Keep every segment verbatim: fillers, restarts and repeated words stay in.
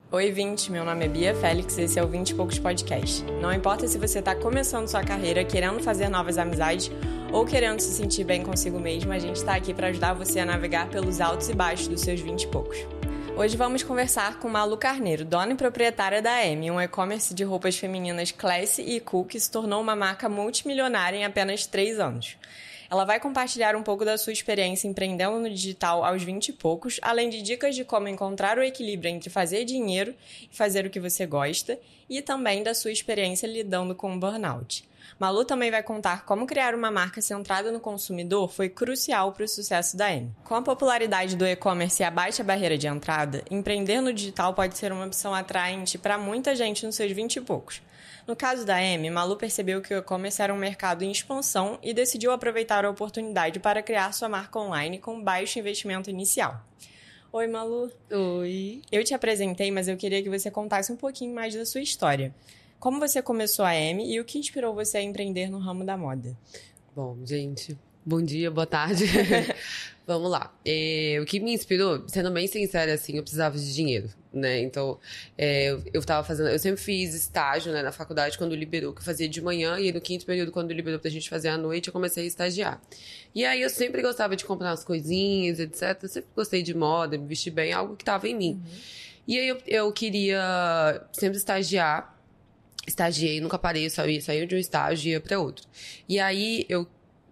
Oi, vinte, meu nome é Bia Félix e esse é o vinte e Poucos Podcast. Não importa se você está começando sua carreira, querendo fazer novas amizades ou querendo se sentir bem consigo mesmo, a gente está aqui para ajudar você a navegar pelos altos e baixos dos seus vinte e poucos. Hoje vamos conversar com Malu Carneiro, dona e proprietária da Amy, um e-commerce de roupas femininas classy e cool que se tornou uma marca multimilionária em apenas três anos. Ela vai compartilhar um pouco da sua experiência empreendendo no digital aos vinte e poucos, além de dicas de como encontrar o equilíbrio entre fazer dinheiro e fazer o que você gosta, e também da sua experiência lidando com o burnout. Malu também vai contar como criar uma marca centrada no consumidor foi crucial para o sucesso da Amy. Com a popularidade do e-commerce e a baixa barreira de entrada, empreender no digital pode ser uma opção atraente para muita gente nos seus vinte e poucos. No caso da Amy, Malu percebeu que o e-commerce era um mercado em expansão e decidiu aproveitar a oportunidade para criar sua marca online com baixo investimento inicial. Oi, Malu. Oi. Eu te apresentei, mas eu queria que você contasse um pouquinho mais da sua história. Como você começou a Amy e o que inspirou você a empreender no ramo da moda? Bom, gente, bom dia, boa tarde. Vamos lá. É, o que me inspirou, sendo bem sincera, assim, eu precisava de dinheiro, né? Então, é, eu, eu tava fazendo... Eu sempre fiz estágio, né, na faculdade, quando liberou, que eu fazia de manhã, e aí no quinto período, quando liberou pra gente fazer à noite, eu comecei a estagiar. E aí, eu sempre gostava de comprar umas coisinhas, etcétera. Eu sempre gostei de moda, me vestir bem, algo que tava em mim. Uhum. E aí, eu, eu queria sempre estagiar. Estagiei, nunca parei, eu saí, saí de um estágio e ia pra outro. E aí, eu,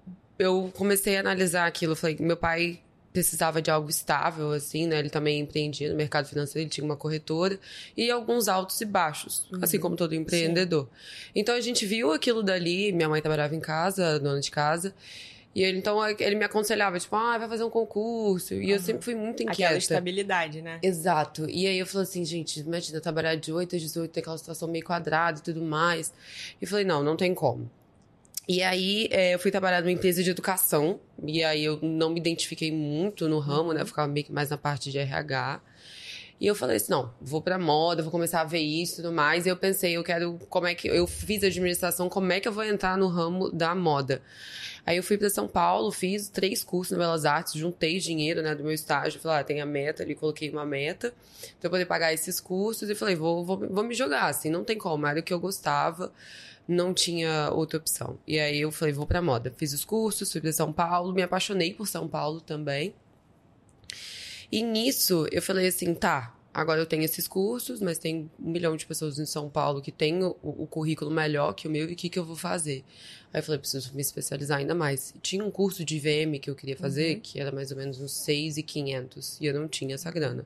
eu comecei a analisar aquilo. Eu falei que meu pai precisava de algo estável, assim, né? Ele também empreendia no mercado financeiro, ele tinha uma corretora. E alguns altos e baixos, uhum. assim como todo empreendedor. Sim. Então, a gente viu aquilo dali. Minha mãe trabalhava em casa, dona de casa. E ele, então, ele me aconselhava, tipo, ah, vai fazer um concurso. E uhum. eu sempre fui muito inquieta. Aquela estabilidade, né? Exato. E aí eu falei assim, gente, imagina, trabalhar de oito às dezoito, ter aquela situação meio quadrada e tudo mais. E eu falei, não, não tem como. E aí é, eu fui trabalhar numa empresa de educação. E aí eu não me identifiquei muito no ramo, né? Eu ficava meio que mais na parte de R H. E eu falei assim, não, vou pra moda, vou começar a ver isso e tudo mais. E eu pensei, eu quero, como é que... Eu fiz administração, como é que eu vou entrar no ramo da moda? Aí eu fui pra São Paulo, fiz três cursos na Belas Artes, juntei dinheiro, né, do meu estágio. Falei, ah, tem a meta ali, coloquei uma meta pra eu poder pagar esses cursos. E falei, vou, vou, vou me jogar, assim, não tem como. Era o que eu gostava, não tinha outra opção. E aí eu falei, vou pra moda. Fiz os cursos, fui pra São Paulo, me apaixonei por São Paulo também. E nisso, eu falei assim, tá, agora eu tenho esses cursos, mas tem um milhão de pessoas em São Paulo que tem o, o currículo melhor que o meu, e o que, que eu vou fazer? Aí eu falei, preciso me especializar ainda mais. Tinha um curso de I V M que eu queria fazer, uhum. que era mais ou menos uns seis mil e quinhentos, e eu não tinha essa grana.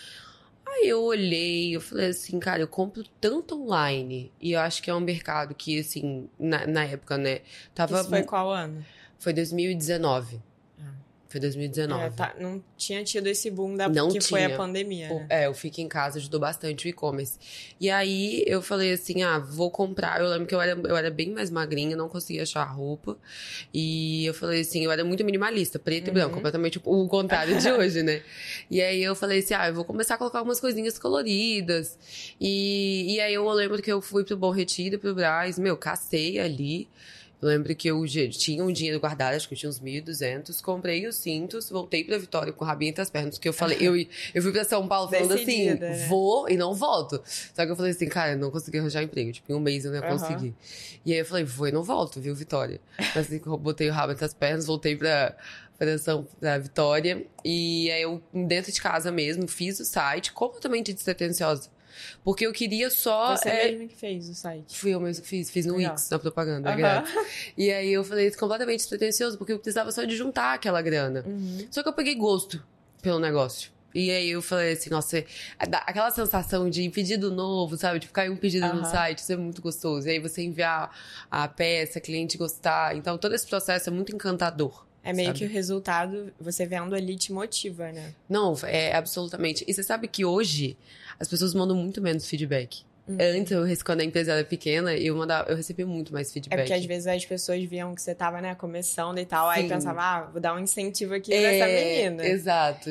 Aí eu olhei, eu falei assim, cara, eu compro tanto online, e eu acho que é um mercado que, assim, na, na época, né, tava... Isso foi qual ano? Foi dois mil e dezenove. Foi dois mil e dezenove. É, tá, não tinha tido esse boom da não que tinha. foi a pandemia, né? É, eu fiquei em casa, ajudou bastante o e-commerce. E aí, eu falei assim, ah, vou comprar. Eu lembro que eu era, eu era bem mais magrinha, não conseguia achar roupa. E eu falei assim, eu era muito minimalista, preto uhum. e branco, completamente o contrário de hoje, né? E aí, eu falei assim, ah, eu vou começar a colocar umas coisinhas coloridas. E, e aí, eu lembro que eu fui pro Bom Retiro, pro Brás, meu, cacei ali. Eu lembro que eu tinha um dinheiro guardado, acho que eu tinha uns mil e duzentos. Comprei os cintos, voltei pra Vitória com o rabinho entre as pernas. Porque eu falei, eu, eu fui pra São Paulo falando Decidida, assim, né? Vou e não volto. Só que eu falei assim, cara, eu não consegui arranjar emprego. Tipo, em um mês eu não ia uhum. conseguir. E aí eu falei, vou e não volto, viu, Vitória? Assim, eu botei o rabo entre as pernas, voltei pra... Pra, São, pra Vitória. E aí eu, dentro de casa mesmo, fiz o site completamente despretensiosa. Porque eu queria só... Você é... mesmo que fez o site? Fui eu mesmo que fiz. Fiz no Legal. Wix, na propaganda. Uhum. Grana. E aí eu falei isso completamente despretensioso, porque eu precisava só de juntar aquela grana. Uhum. Só que eu peguei gosto pelo negócio. E aí eu falei assim, nossa, aquela sensação de pedido novo, sabe? De ficar em um pedido uhum. no site, isso é muito gostoso. E aí você enviar a peça, a cliente gostar. Então todo esse processo é muito encantador. É meio sabe? Que o resultado, você vendo ali, te motiva, né? Não, é absolutamente. E você sabe que hoje as pessoas mandam muito menos feedback. Uhum. Antes, eu, quando a empresa era pequena, eu, mandava, eu recebia muito mais feedback. É porque às vezes as pessoas viam que você tava, né, começando e tal, Sim. aí pensava, ah, vou dar um incentivo aqui é, pra essa menina. Exato.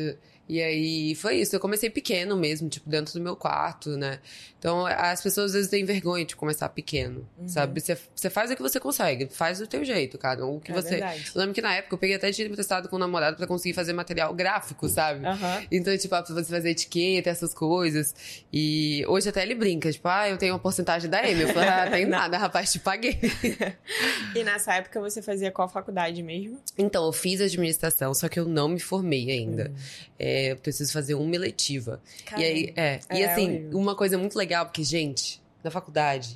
E aí foi isso, eu comecei pequeno mesmo, tipo, dentro do meu quarto, né? Então as pessoas às vezes têm vergonha de começar pequeno, uhum. sabe? Você, você faz o que você consegue, faz do teu jeito, cara. O que é você. Verdade. Eu lembro que na época eu peguei até dinheiro emprestado com o namorado pra conseguir fazer material gráfico, sabe? Uhum. Então, tipo, pra você fazer etiqueta, essas coisas. E hoje até ele brinca, tipo, ah, eu tenho uma porcentagem da Amy. Eu falei, ah, tem nada, rapaz, te paguei. E nessa época você fazia qual faculdade mesmo? Então, eu fiz administração, só que eu não me formei ainda. Hum. É, eu preciso fazer uma eletiva. Caramba. E aí, é. é e assim, horrível. Uma coisa muito legal, porque, gente, na faculdade,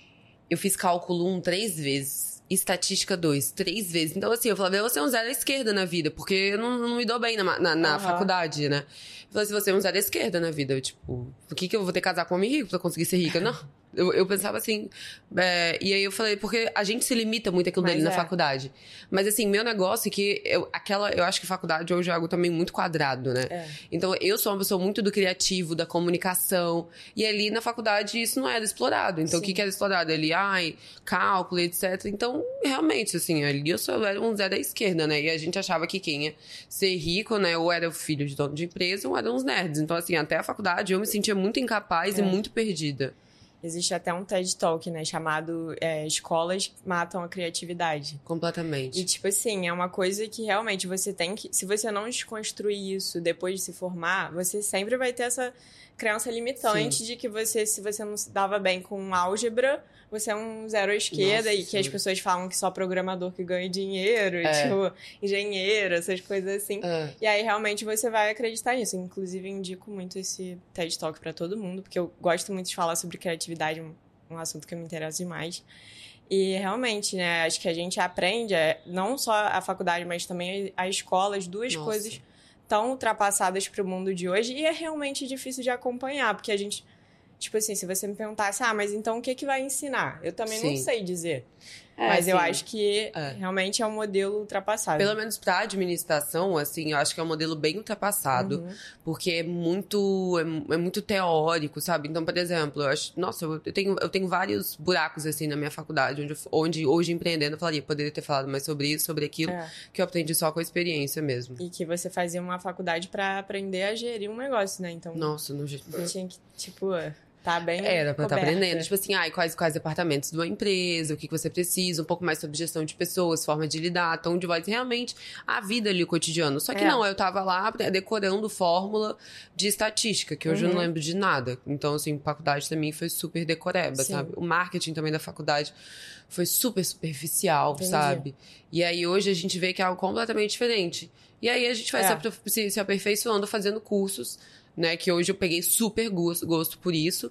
eu fiz cálculo um três vezes. Estatística dois, três vezes. Então, assim, eu falei, você é um zero à esquerda na vida, porque eu não, não me dou bem na, na, na uhum. faculdade, né? Eu falei, se você é um zero à esquerda na vida, eu, tipo, por que que eu vou ter que casar com um homem rico pra conseguir ser rica? Não. Eu, eu pensava assim, é, e aí eu falei, porque a gente se limita muito àquilo dele é. na faculdade. Mas assim, meu negócio é que eu, aquela, eu acho que faculdade hoje é algo também muito quadrado, né? É. Então eu sou uma pessoa muito do criativo, da comunicação, e ali na faculdade isso não era explorado. Então Sim. o que que era explorado? Ali, ai, cálculo, etcétera. Então, realmente, assim, ali eu só era um zero à esquerda, né? E a gente achava que quem ia ser rico, né? Ou era o filho de dono de empresa, ou eram uns nerds. Então, assim, até a faculdade eu me sentia muito incapaz é. e muito perdida. Existe até um TED Talk, né, chamado é, Escolas Matam a Criatividade. Completamente. E, tipo assim, é uma coisa que realmente você tem que... Se você não desconstruir isso depois de se formar, você sempre vai ter essa crença limitante Sim. de que você, se você não se dava bem com álgebra, você é um zero à esquerda. Nossa, e que sim. as pessoas falam que só programador que ganha dinheiro, é. tipo, engenheiro, essas coisas assim. É. E aí, realmente, você vai acreditar nisso. Inclusive, eu indico muito esse TED Talk pra todo mundo, porque eu gosto muito de falar sobre criatividade, um assunto que me interessa demais. E, realmente, né, acho que a gente aprende, não só a faculdade, mas também a escola, as duas Nossa. coisas tão ultrapassadas pro mundo de hoje. E é realmente difícil de acompanhar, porque a gente... Tipo assim, se você me perguntasse, ah, mas então o que que vai ensinar? Eu também Sim. não sei dizer. É, mas sim. eu acho que é. realmente é um modelo ultrapassado. Pelo menos pra administração, assim, eu acho que é um modelo bem ultrapassado. Uhum. Porque é muito, é, é muito teórico, sabe? Então, por exemplo, eu acho... Nossa, eu tenho, eu tenho vários buracos, assim, na minha faculdade. Onde, onde hoje, empreendendo, eu falaria, poderia ter falado mais sobre isso, sobre aquilo. É. Que eu aprendi só com a experiência mesmo. E que você fazia uma faculdade pra aprender a gerir um negócio, né? Então... Nossa, no jeito... Você tinha que, tipo... Tá bem Era pra estar tá aprendendo. Tipo assim, ai, quais, quais departamentos de uma empresa, o que, que você precisa, um pouco mais sobre gestão de pessoas, forma de lidar, tom de voz, realmente a vida ali, o cotidiano. Só que é. não, eu tava lá decorando fórmula de estatística, que hoje uhum. eu não lembro de nada. Então, assim, faculdade também foi super decoreba, Sim. sabe? O marketing também da faculdade foi super superficial, Entendi. sabe? E aí hoje a gente vê que é algo completamente diferente. E aí a gente vai é. se, se aperfeiçoando fazendo cursos, né, que hoje eu peguei super gosto, gosto por isso.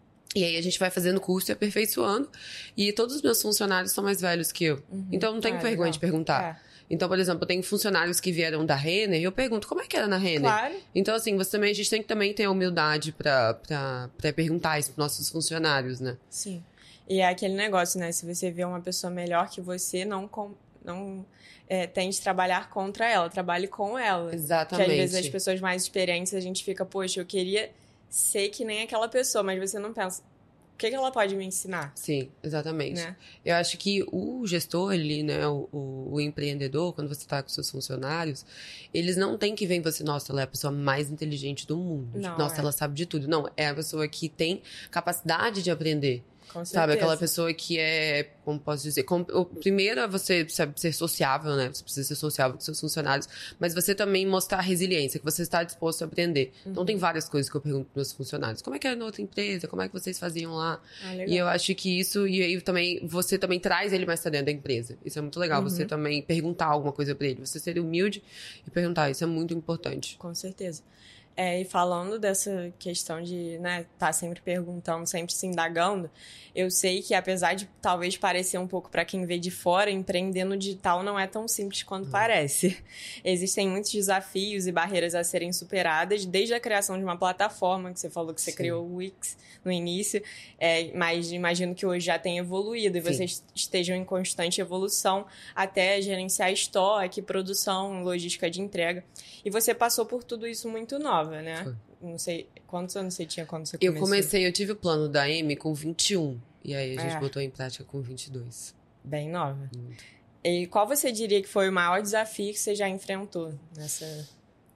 E aí a gente vai fazendo curso e aperfeiçoando. E todos os meus funcionários são mais velhos que eu. Uhum. Então eu não tenho ah, vergonha legal. de perguntar. É. Então, por exemplo, eu tenho funcionários que vieram da Renner e eu pergunto, como é que era na Renner? Claro. Então, assim, você também, a gente tem que também ter a humildade pra, pra, pra perguntar isso pros nossos funcionários, né? Sim. E é aquele negócio, né? Se você vê uma pessoa melhor que você, não... Com, não É, tente trabalhar contra ela, trabalhe com ela. Exatamente. Que às vezes as pessoas mais experientes, a gente fica, poxa, eu queria ser que nem aquela pessoa, mas você não pensa, o que, que ela pode me ensinar? Sim, exatamente. Né? Eu acho que o gestor ali, né, o, o, o empreendedor, quando você tá com seus funcionários, eles não têm que ver em você, nossa, ela é a pessoa mais inteligente do mundo. Não, nossa, é. ela sabe de tudo. Não, é a pessoa que tem capacidade de aprender. Com certeza. Sabe, aquela pessoa que é, como posso dizer, com, o primeiro é você sabe, ser sociável, né? Você precisa ser sociável com seus funcionários, mas você também mostrar resiliência, que você está disposto a aprender. Uhum. Então tem várias coisas que eu pergunto para meus funcionários. Como é que era na outra empresa? Como é que vocês faziam lá? Ah, legal. E eu acho que isso, e aí também, você também traz ele mais pra dentro da empresa. Isso é muito legal, uhum. você também perguntar alguma coisa para ele. Você ser humilde e perguntar, isso é muito importante. Com certeza. É, e falando dessa questão de, né, tá sempre perguntando, sempre se indagando, eu sei que apesar de talvez parecer um pouco para quem vê de fora, empreender no digital não é tão simples quanto uhum. parece. Existem muitos desafios e barreiras a serem superadas, desde a criação de uma plataforma, que você falou que você Sim. criou o Wix no início, é, mas imagino que hoje já tenha evoluído e Sim. vocês estejam em constante evolução até gerenciar estoque, produção, logística de entrega. E você passou por tudo isso muito nova, né? Foi. Não sei, quantos anos você tinha quando você começou? Eu comecei, eu tive o plano da Amy com vinte e um. E aí a gente é. botou em prática com vinte e dois. Bem nova. Muito. E qual você diria que foi o maior desafio que você já enfrentou nessa...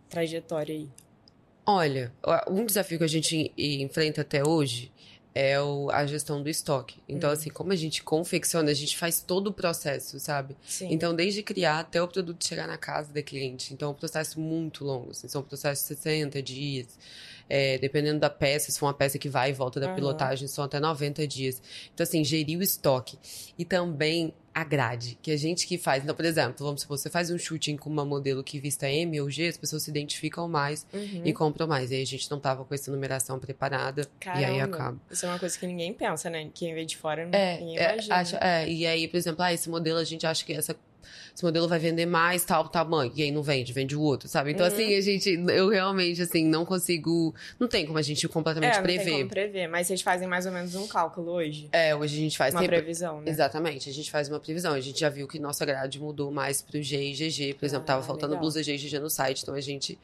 trajetória aí? Olha, um desafio que a gente enfrenta até hoje é o, a gestão do estoque. Então, hum. assim, como a gente confecciona, a gente faz todo o processo, sabe? Sim. Então, desde criar até o produto chegar na casa da cliente. Então, é um processo muito longo. Assim, são processos de sessenta dias. É, dependendo da peça, se for uma peça que vai e volta da uhum. pilotagem, são até noventa dias. Então, assim, gerir o estoque. E também a grade, que a gente que faz. Então, por exemplo, vamos supor, você faz um shooting com uma modelo que vista M ou G, as pessoas se identificam mais uhum. e compram mais. E aí a gente não tava com essa numeração preparada. Caramba, e aí acaba. Isso é uma coisa que ninguém pensa, né? Quem vê de fora, é, ninguém é, imagina. Acha, é, e aí, por exemplo, ah, esse modelo a gente acha que essa... Esse modelo vai vender mais tal tamanho. E aí não vende, vende o outro, sabe? Então, uhum. assim, a gente... Eu realmente, assim, não consigo... Não tem como a gente completamente é, prever. não tem como prever. Mas vocês fazem mais ou menos um cálculo hoje? É, hoje a gente faz... Uma tem... previsão, né? Exatamente. A gente faz uma previsão. A gente já viu que nossa grade mudou mais pro G e G G. Por exemplo, ah, tava faltando legal. Blusa G e G G no site. Então, a gente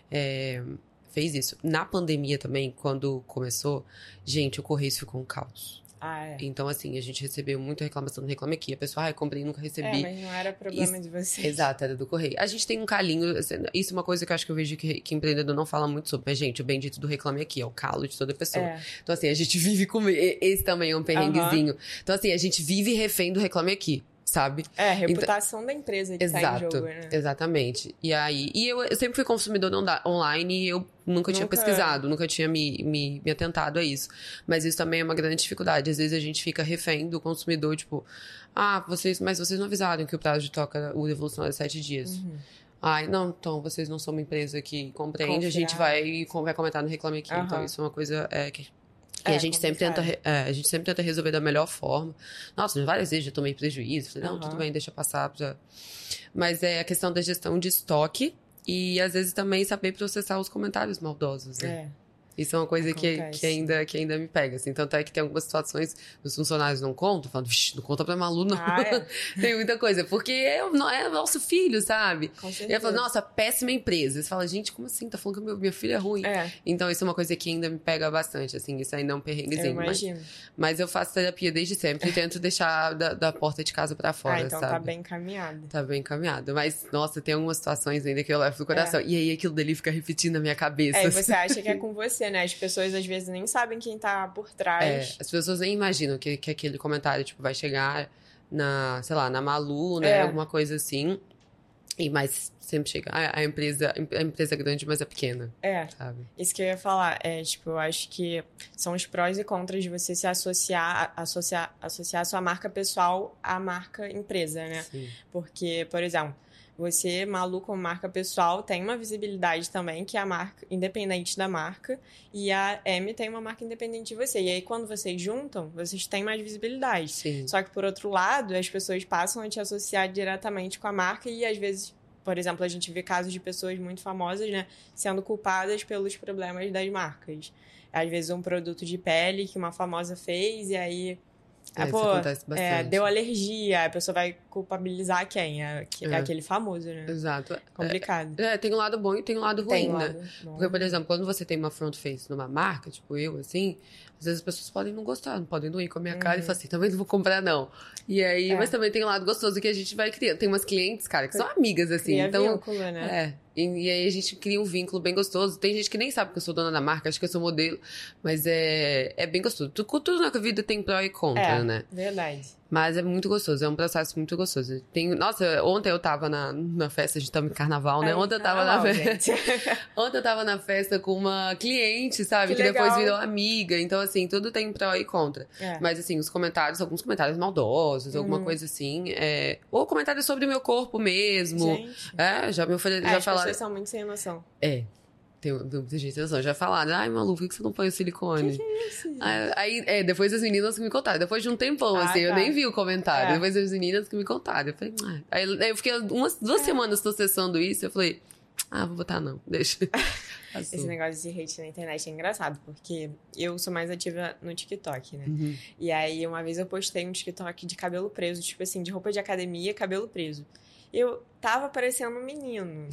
é, fez isso. Na pandemia também, quando começou... Gente, o Correio ficou um caos. Ah, é. Então, assim, a gente recebeu muita reclamação no Reclame Aqui. A pessoa, ah, eu comprei e nunca recebi. É, mas não era problema isso, de vocês. Exato, era do Correio. A gente tem um calinho, isso é uma coisa que eu acho que eu vejo que, que empreendedor não fala muito sobre. Mas, gente, o bendito do Reclame Aqui é o calo de toda pessoa. É. Então, assim, a gente vive com... Esse também é um perrenguezinho. Uhum. Então, assim, a gente vive refém do Reclame Aqui. Sabe? É, a reputação então, da empresa que exato, tá em jogo, né? Exatamente. E aí, e eu, eu sempre fui consumidor online e eu nunca, nunca tinha pesquisado, nunca tinha me, me, me atentado a isso. Mas isso também é uma grande dificuldade. Às vezes a gente fica refém do consumidor, tipo, ah, vocês, mas vocês não avisaram que o prazo de troca, o devolucionário é sete dias. Uhum. Ai, não, então, vocês não são uma empresa que compreende, Confiar. A gente vai e vai comentar no Reclame Aqui. Uhum. Então, isso é uma coisa é, que... E é, a, gente sempre tenta, é, a gente sempre tenta resolver da melhor forma. Nossa, várias vezes já tomei prejuízo. Falei, não, uhum. tudo bem, deixa passar. Já. Mas é a questão da gestão de estoque e, às vezes, também saber processar os comentários maldosos, né? É. Isso é uma coisa que, que, ainda, que ainda me pega, assim. Tanto é que tem algumas situações, os funcionários não contam, falando, vixi, não conta pra Malu, não. Ah, é? Tem muita coisa, porque é, é o nosso filho, sabe? Com certeza. E ela fala, nossa, péssima empresa. Você fala, gente, como assim? Tá falando que meu, meu filho é ruim. É. Então, isso é uma coisa que ainda me pega bastante, assim. Isso ainda é um perrenguezinho. Eu imagino. Mas, mas eu faço terapia desde sempre e tento deixar da, da porta de casa pra fora, ah, então sabe? tá bem encaminhado. Tá bem encaminhado. Mas, nossa, tem algumas situações ainda que eu levo no coração. É. E aí, aquilo dali fica repetindo na minha cabeça. É, e você acha que é com você, né? As pessoas, às vezes, nem sabem quem tá por trás. É, as pessoas nem imaginam que, que aquele comentário, tipo, vai chegar na, sei lá, na Malu, né? É. Alguma coisa assim. E, mas sempre chega. A, a empresa a empresa é grande, mas é pequena. É. Sabe? Isso que eu ia falar. É, tipo, eu acho que são os prós e contras de você se associar, associar, associar a sua marca pessoal à marca empresa, né? Sim. Porque, por exemplo, você, Malu, como marca pessoal, tem uma visibilidade também, que é a marca independente da marca, e a M tem uma marca independente de você. E aí, quando vocês juntam, vocês têm mais visibilidade. Sim. Só que, por outro lado, as pessoas passam a te associar diretamente com a marca e, às vezes, por exemplo, a gente vê casos de pessoas muito famosas, né, sendo culpadas pelos problemas das marcas. Às vezes, um produto de pele que uma famosa fez, e aí... É, ah, isso pô, acontece bastante. É, deu alergia, a pessoa vai culpabilizar quem? É, é. Aquele famoso, né? Exato. Complicado. É, é, tem um lado bom e tem um lado ruim, tem um né? lado bom. Porque, por exemplo, quando você tem uma front face numa marca, tipo eu, assim, às vezes as pessoas podem não gostar, não podem não ir com a minha uhum. cara e falar assim, também não vou comprar, não. E aí, é. Mas também tem um lado gostoso que a gente vai criando. Tem umas clientes, cara, que são amigas, assim. Cria então, vínculo, né? É. E, e aí a gente cria um vínculo bem gostoso. Tem gente que nem sabe que eu sou dona da marca, acha que eu sou modelo. Mas é, é bem gostoso. Tudo, tudo na vida tem pró e contra, é, né? Verdade. Mas é muito gostoso, é um processo muito gostoso. Tem, nossa, ontem eu tava na, na festa, a gente tava em carnaval, né? Ai, ontem eu tava carnaval, na festa. Ontem eu tava na festa com uma cliente, sabe? Que, que legal. Depois virou amiga. Então, assim, tudo tem pró e contra. É. Mas, assim, os comentários, alguns comentários maldosos, uhum. alguma coisa assim. É, ou comentários sobre o meu corpo mesmo. Gente. É, já me ofereceram. É, já as falaram. pessoas são muito sem noção. É. Tem muita gente sem noção. Já falaram, ai, Malu, por que você não põe o silicone? Que que é isso? Aí, aí, é, depois as meninas que me contaram. Depois de um tempão, ah, assim, tá. eu nem vi o comentário. É. Depois as meninas que me contaram. Eu falei, ah. Aí, aí eu fiquei umas duas é. semanas processando isso. Eu falei, ah, vou botar não, deixa. Esse negócio de hate na internet é engraçado, porque eu sou mais ativa no TikTok, né? Uhum. E aí, uma vez eu postei um TikTok de cabelo preso, tipo assim, de roupa de academia, cabelo preso. Eu tava parecendo um menino.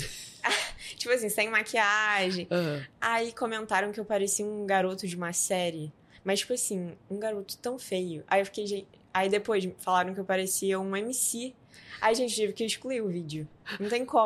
Tipo assim, sem maquiagem. Uhum. Aí comentaram que eu parecia um garoto de uma série. Mas, tipo assim, um garoto tão feio. Aí eu fiquei... Gente... Aí depois falaram que eu parecia um M C. Aí, gente, tive que excluir o vídeo. Não tem como.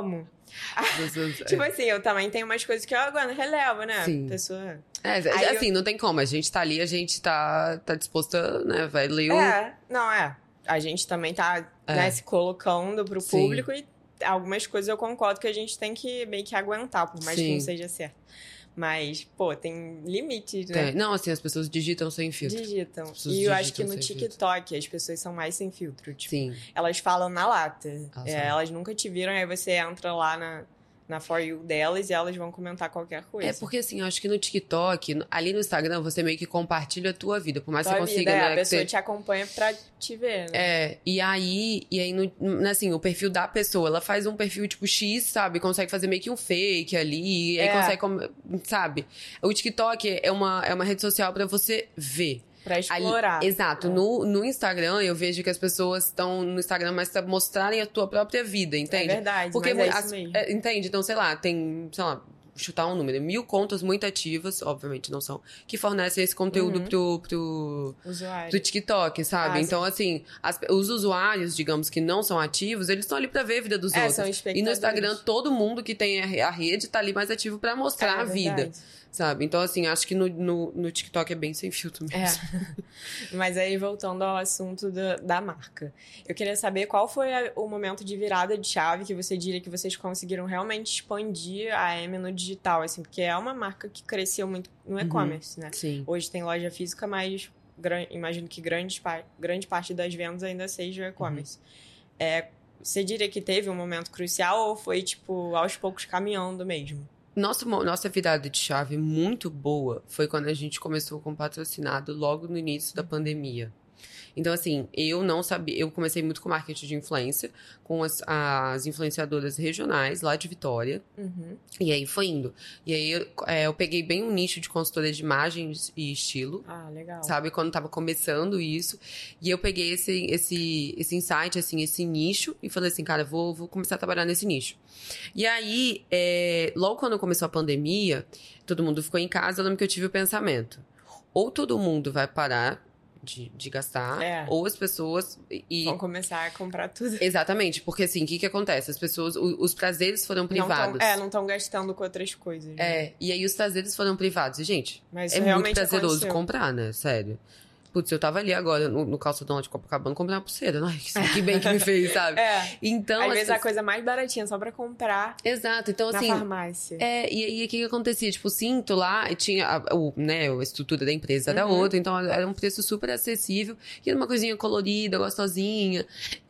Pessoas, Tipo é. assim, eu também tenho umas coisas que eu agora relevo, né? Sim. Pessoa... É, Aí assim, eu- não tem como. A gente tá ali, a gente tá, tá disposta, né? Vai ler o... É, não, é. A gente também tá, É. né, se colocando pro Sim. público e algumas coisas eu concordo que a gente tem que meio que aguentar, por mais que não Sim. seja certo. Mas, pô, tem limites, né? Tem. Não, assim, as pessoas digitam sem filtro. Digitam. As pessoas E eu acho que digitam no sem TikTok as pessoas são mais sem filtro. Tipo, Sim. elas falam na lata. Elas É, falam. elas nunca te viram, aí você entra lá na, na For You delas e elas vão comentar qualquer coisa. É porque, assim, eu acho que no TikTok, no- ali no Instagram, você meio que compartilha a tua vida. Por mais que Tua você consiga, vida, é, né? a pessoa ter- te acompanha pra te ver, né? É, e aí, e aí no, no- assim, o perfil da pessoa, ela faz um perfil tipo X, sabe? Consegue fazer meio que um fake ali, e aí É. consegue, com- sabe? O TikTok é uma, é uma rede social pra você ver. Pra Ali- explorar. exato. É. No, no Instagram, eu vejo que as pessoas estão no Instagram mais pra mostrarem a tua própria vida, entende? É verdade, Porque mas é as- isso mesmo. é, entende? Então, sei lá, tem, sei lá, chutar um número, mil contas muito ativas, obviamente não são, que fornecem esse conteúdo Uhum. pro, pro, Usuário. do TikTok, sabe? Ah, então, assim, as- os usuários, digamos, que não são ativos, eles estão ali pra ver a vida dos É, outros. são E no espectadores. Instagram, todo mundo que tem a re- a rede tá ali mais ativo pra mostrar É a vida, verdade. sabe? Então, assim, acho que no, no, no TikTok é bem sem filtro mesmo. É. Mas aí, voltando ao assunto da, da marca. Eu queria saber qual foi a- o momento de virada de chave que você diria que vocês conseguiram realmente expandir a Amy no digital, assim, porque é uma marca que cresceu muito no e-commerce, né? Sim. Hoje tem loja física, mas gran- imagino que grande, pa- grande parte das vendas ainda seja o e-commerce. É, você diria que teve um momento crucial ou foi, tipo, aos poucos caminhando mesmo? Nossa, mo- nossa virada de chave muito boa foi quando a gente começou com patrocinado logo no início da pandemia. Então, assim, eu não sabia. Eu comecei muito com marketing de influência, com as, as influenciadoras regionais lá de Vitória. Uhum. E aí foi indo. E aí eu, é, eu peguei bem um nicho de consultoria de imagens e estilo. Ah, legal. Sabe, quando tava começando isso. E eu peguei esse, esse, esse insight, assim, esse nicho, e falei assim, cara, vou, vou começar a trabalhar nesse nicho. E aí, é, logo quando começou a pandemia, todo mundo ficou em casa, eu lembro que eu tive o pensamento. Ou todo mundo vai parar de, de gastar, É. ou as pessoas... E, Vão começar a comprar tudo. exatamente, porque assim, o que que acontece? As pessoas, o- os prazeres foram Não privados. tão, é, não estão gastando com outras coisas. né? É, e aí os prazeres foram privados. E, gente, Mas é isso muito realmente prazeroso aconteceu. comprar, né? Sério. Putz, eu tava ali agora no, no calçadão lá de Copacabana comprando uma pulseira. Ai, que, que bem que me fez, sabe? É. Então, Às as vezes a pessoas- coisa mais baratinha, só pra comprar Exato, então na assim. farmácia. É, e aí o que que acontecia? Tipo, o cinto lá, e tinha a, o, né, a estrutura da empresa era Uhum. outra, então era um preço super acessível. E era uma coisinha colorida, gostosinha.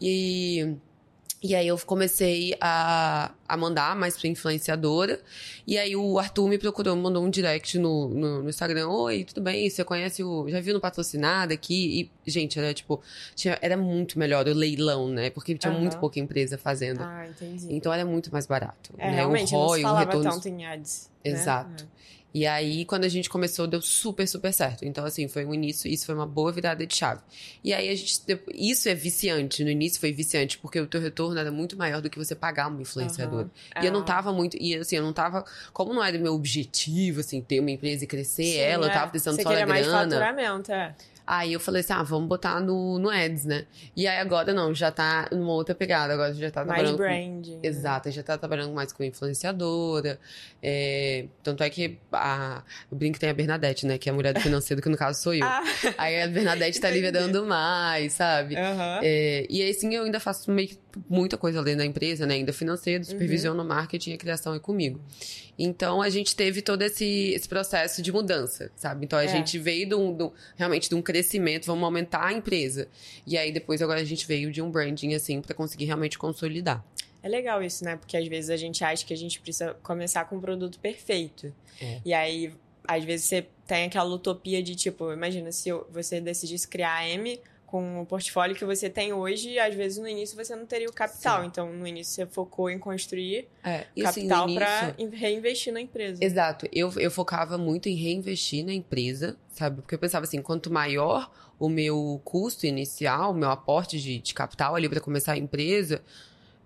E, e aí eu comecei a, a mandar mais pra influenciadora. E aí o Arthur me procurou, me mandou um direct no, no, no Instagram. Oi, tudo bem? Você conhece o... Já viu no Patrocinado aqui? E, gente, era tipo... Tinha, era muito melhor o leilão, né? Porque tinha Aham. muito pouca empresa fazendo. Ah, entendi. Então era muito mais barato. é, né? realmente, o não R O I, se o falava retorno... tanto em ads. né? Exato. É. E aí, quando a gente começou, deu super, super certo. Então, assim, foi um início, isso foi uma boa virada de chave. E aí, a gente, isso é viciante. No início foi viciante, porque o teu retorno era muito maior do que você pagar uma influenciadora. Aham. E eu não Ah. tava muito, e assim, eu não tava, como não era meu objetivo, assim, ter uma empresa e crescer Sim, ela, eu é. tava pensando Você só na queria mais grana. faturamento, é. Aí eu falei assim, ah, vamos botar no, no Ads, né? E aí agora não, já tá numa outra pegada, agora já tá Mais trabalhando com... branding. Exato, já tá trabalhando mais com influenciadora. é, Tanto é que a... o Brinco tem a Bernadette, né? Que é a mulher do financeiro, que no caso sou eu. Ah, Aí a Bernadette tá liderando mais, sabe? aham. É, e aí sim eu ainda faço meio que muita coisa além da empresa, né? Ainda financeiro, Uhum. supervisiono o marketing e a criação é comigo. Então a gente teve todo esse, esse processo de mudança, sabe? Então a É. gente veio de um, de um- realmente de um crescimento, vamos aumentar a empresa. E aí depois agora a gente veio de um branding assim pra conseguir realmente consolidar. É legal isso, né? Porque às vezes a gente acha que a gente precisa começar com um produto perfeito. É. E aí, às vezes você tem aquela utopia de tipo, imagina se eu- você decidisse criar a M com o portfólio que você tem hoje, e às vezes no início você não teria o capital. Sim. Então, no início você focou em construir É, e assim, no capital início- pra in- reinvestir na empresa. Exato. Eu, eu focava muito em reinvestir na empresa, sabe? Porque eu pensava assim, quanto maior o meu custo inicial, o meu aporte de, de capital ali para começar a empresa,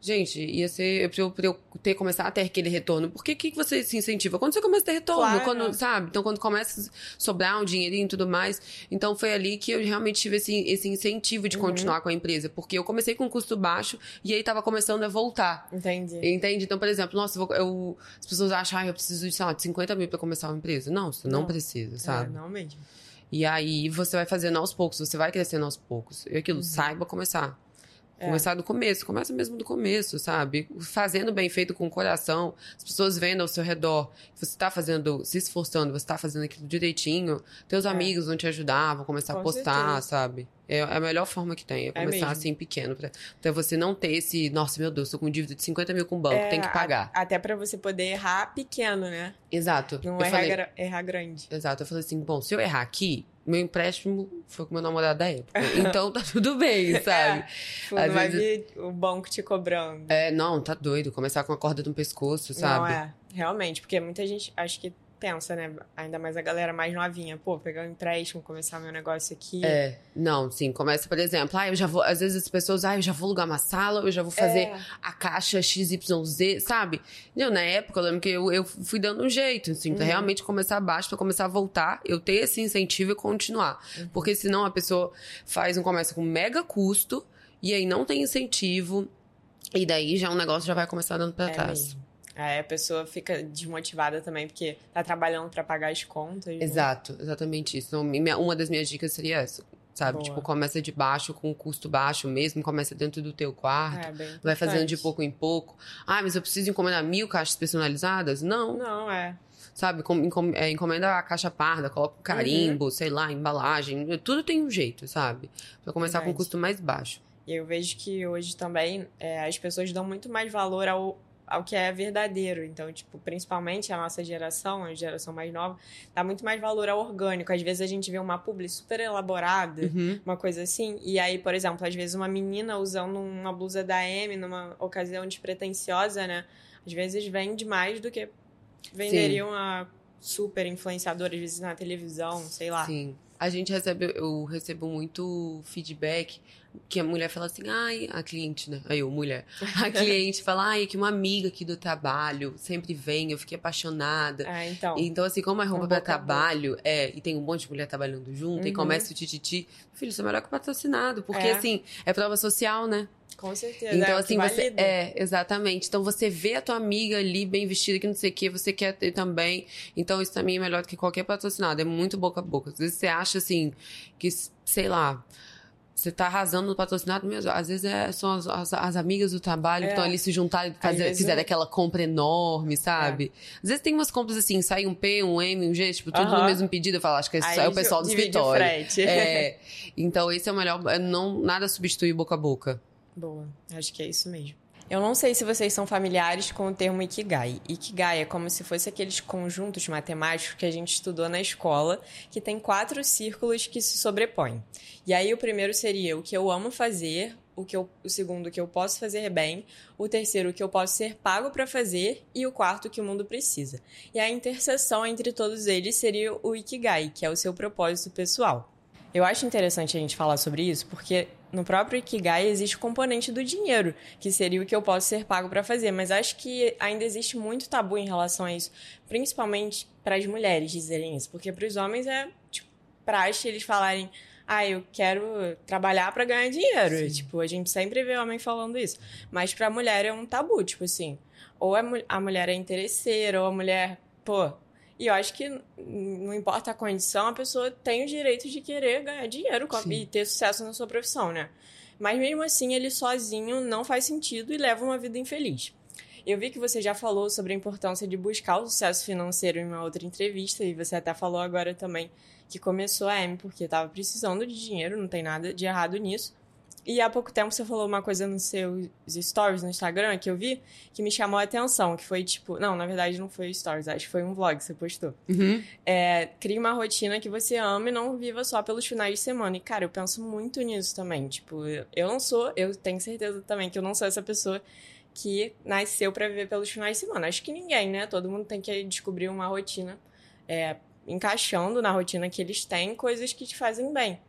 Gente, ia ser pra eu, pra eu ter, começar a ter aquele retorno. Por que que você se incentiva? Quando você começa a ter retorno, Claro. quando, sabe? Então, quando começa a sobrar um dinheirinho e tudo mais. Então, foi ali que eu realmente tive esse, esse incentivo de Uhum. continuar com a empresa. Porque eu comecei com um custo baixo e aí tava começando a voltar. Entendi. Entende? Então, por exemplo, nossa, eu, vou- eu, as pessoas acham, ah, eu preciso de, sei lá, de cinquenta mil pra começar uma empresa. Não, você não, Não. precisa, É, sabe? não mesmo. E aí, você vai fazendo aos poucos, você vai crescendo aos poucos. E aquilo, Uhum. saiba começar. É. Começar do começo, começa mesmo do começo, sabe? Fazendo bem feito com o coração, as pessoas vendo ao seu redor, que você tá fazendo, se esforçando, você tá fazendo aquilo direitinho, teus É. amigos vão te ajudar, vão começar Com a postar, certeza. sabe? É é a melhor forma que tem, é começar mesmo. assim pequeno, pra, pra você não ter esse, nossa, meu Deus, tô com dívida de cinquenta mil com o banco, É, tem que pagar. a- até pra você poder errar pequeno, né? Exato. Não eu errar, falei, gra- errar grande. Exato, eu falei assim, bom, se eu errar aqui, meu empréstimo foi com meu namorado da época, então tá tudo bem, sabe? Tipo, Às não vai vezes- vir o banco te cobrando. É, não, tá doido, começar com a corda no pescoço, sabe? Não, é. Realmente, porque muita gente acho que pensa, né? Ainda mais a galera mais novinha. Pô, pegar um empréstimo, começar meu negócio aqui. É, não, sim, começa, por exemplo, ah, eu já vou, às vezes as pessoas, ah, eu já vou alugar uma sala, eu já vou fazer É. a caixa X Y Z, sabe? Eu, na época, eu lembro que eu, eu fui dando um jeito, assim, pra Uhum. realmente começar abaixo, pra começar a voltar, eu ter esse incentivo e continuar. Uhum. Porque senão a pessoa faz um comércio com mega custo, e aí não tem incentivo, e daí já o negócio já vai começar dando pra É trás. mesmo. Aí a pessoa fica desmotivada também, porque tá trabalhando pra pagar as contas. né? Exato, exatamente isso. Então, minha- uma das minhas dicas seria essa, sabe? Boa. Tipo, começa de baixo, com um custo baixo mesmo, começa dentro do teu quarto, É, bem vai fazendo de importante. pouco em pouco. Ah, mas eu preciso encomendar mil caixas personalizadas? Não, Não, é. sabe? Com- encom- é, encomenda a caixa parda, coloca um carimbo, Uhum. sei lá, embalagem, tudo tem um jeito, sabe? Pra começar com um Verdade. custo mais baixo. E eu vejo que hoje também é, as pessoas dão muito mais valor ao, ao que é verdadeiro. Então, tipo, principalmente a nossa geração, a geração mais nova, dá muito mais valor ao orgânico. Às vezes a gente vê uma publi super elaborada, Uhum. uma coisa assim, e aí, por exemplo, às vezes uma menina usando uma blusa da M numa ocasião despretensiosa, né? Às vezes vende mais do que venderia uma super influenciadora, às vezes na televisão, sei lá. Sim. A gente recebe, eu recebo muito feedback que a mulher fala assim, ai, a cliente, né? Aí eu, mulher. A cliente fala, ai, que uma amiga aqui do trabalho sempre vem, eu fiquei apaixonada. É, então. Então, assim, como é roupa Um pra boca a boca. trabalho, é, e tem um monte de mulher trabalhando junto, e Uhum. começa o tititi, filho, isso é melhor que patrocinado, porque, É. assim, é prova social, né? Com certeza. Então, é, o assim, que você. valida. É, exatamente. Então, você vê a tua amiga ali bem vestida, que não sei o que, você quer ter também. Então, isso também é melhor do que qualquer patrocinado. É muito boca a boca. Às vezes você acha, assim, que, sei lá. Você tá arrasando no patrocinado mesmo. Às vezes é, são as, as, as amigas do trabalho É. que estão ali se juntarem, fazer, vezes fizeram eu- aquela compra enorme, sabe? Às vezes tem umas compras assim, sai um P, um M, um G, tipo, tudo no Aham. mesmo pedido. Eu falo, acho que esse Aí é o pessoal do divide o escritório. frete. É, então esse é o melhor. Não, nada substitui boca a boca. Boa, acho que é isso mesmo. Eu não sei se vocês são familiares com o termo Ikigai. Ikigai é como se fosse aqueles conjuntos matemáticos que a gente estudou na escola, que tem quatro círculos que se sobrepõem. E aí o primeiro seria o que eu amo fazer, o, que eu, o segundo o que eu posso fazer bem, o terceiro o que eu posso ser pago para fazer e o quarto o que o mundo precisa. E a interseção entre todos eles seria o Ikigai, que é o seu propósito pessoal. Eu acho interessante a gente falar sobre isso, porque no próprio Ikigai existe o componente do dinheiro, que seria o que eu posso ser pago para fazer, mas acho que ainda existe muito tabu em relação a isso, principalmente para as mulheres dizerem isso, porque para os homens é tipo, praxe eles falarem, ah, eu quero trabalhar para ganhar dinheiro, Sim. tipo, a gente sempre vê homem falando isso, mas para a mulher é um tabu, tipo assim, ou a, mu- a mulher é interesseira, ou a mulher, pô... E eu acho que não importa a condição, a pessoa tem o direito de querer ganhar dinheiro com a- Sim. e ter sucesso na sua profissão, né? Mas mesmo assim, ele sozinho não faz sentido e leva uma vida infeliz. Eu vi que você já falou sobre a importância de buscar o sucesso financeiro em uma outra entrevista, e você até falou agora também que começou a M porque estava precisando de dinheiro, não tem nada de errado nisso. E há pouco tempo você falou uma coisa nos seus stories no Instagram que eu vi, que me chamou a atenção, que foi tipo... Não, na verdade não foi stories, acho que foi um vlog que você postou. Uhum. É, crie uma rotina que você ama e não viva só pelos finais de semana. E, cara, eu penso muito nisso também. Tipo, eu- eu não sou... Eu tenho certeza também que eu não sou essa pessoa que nasceu pra viver pelos finais de semana. Acho que ninguém, né? Todo mundo tem que descobrir uma rotina, é, encaixando na rotina que eles têm coisas que te fazem bem.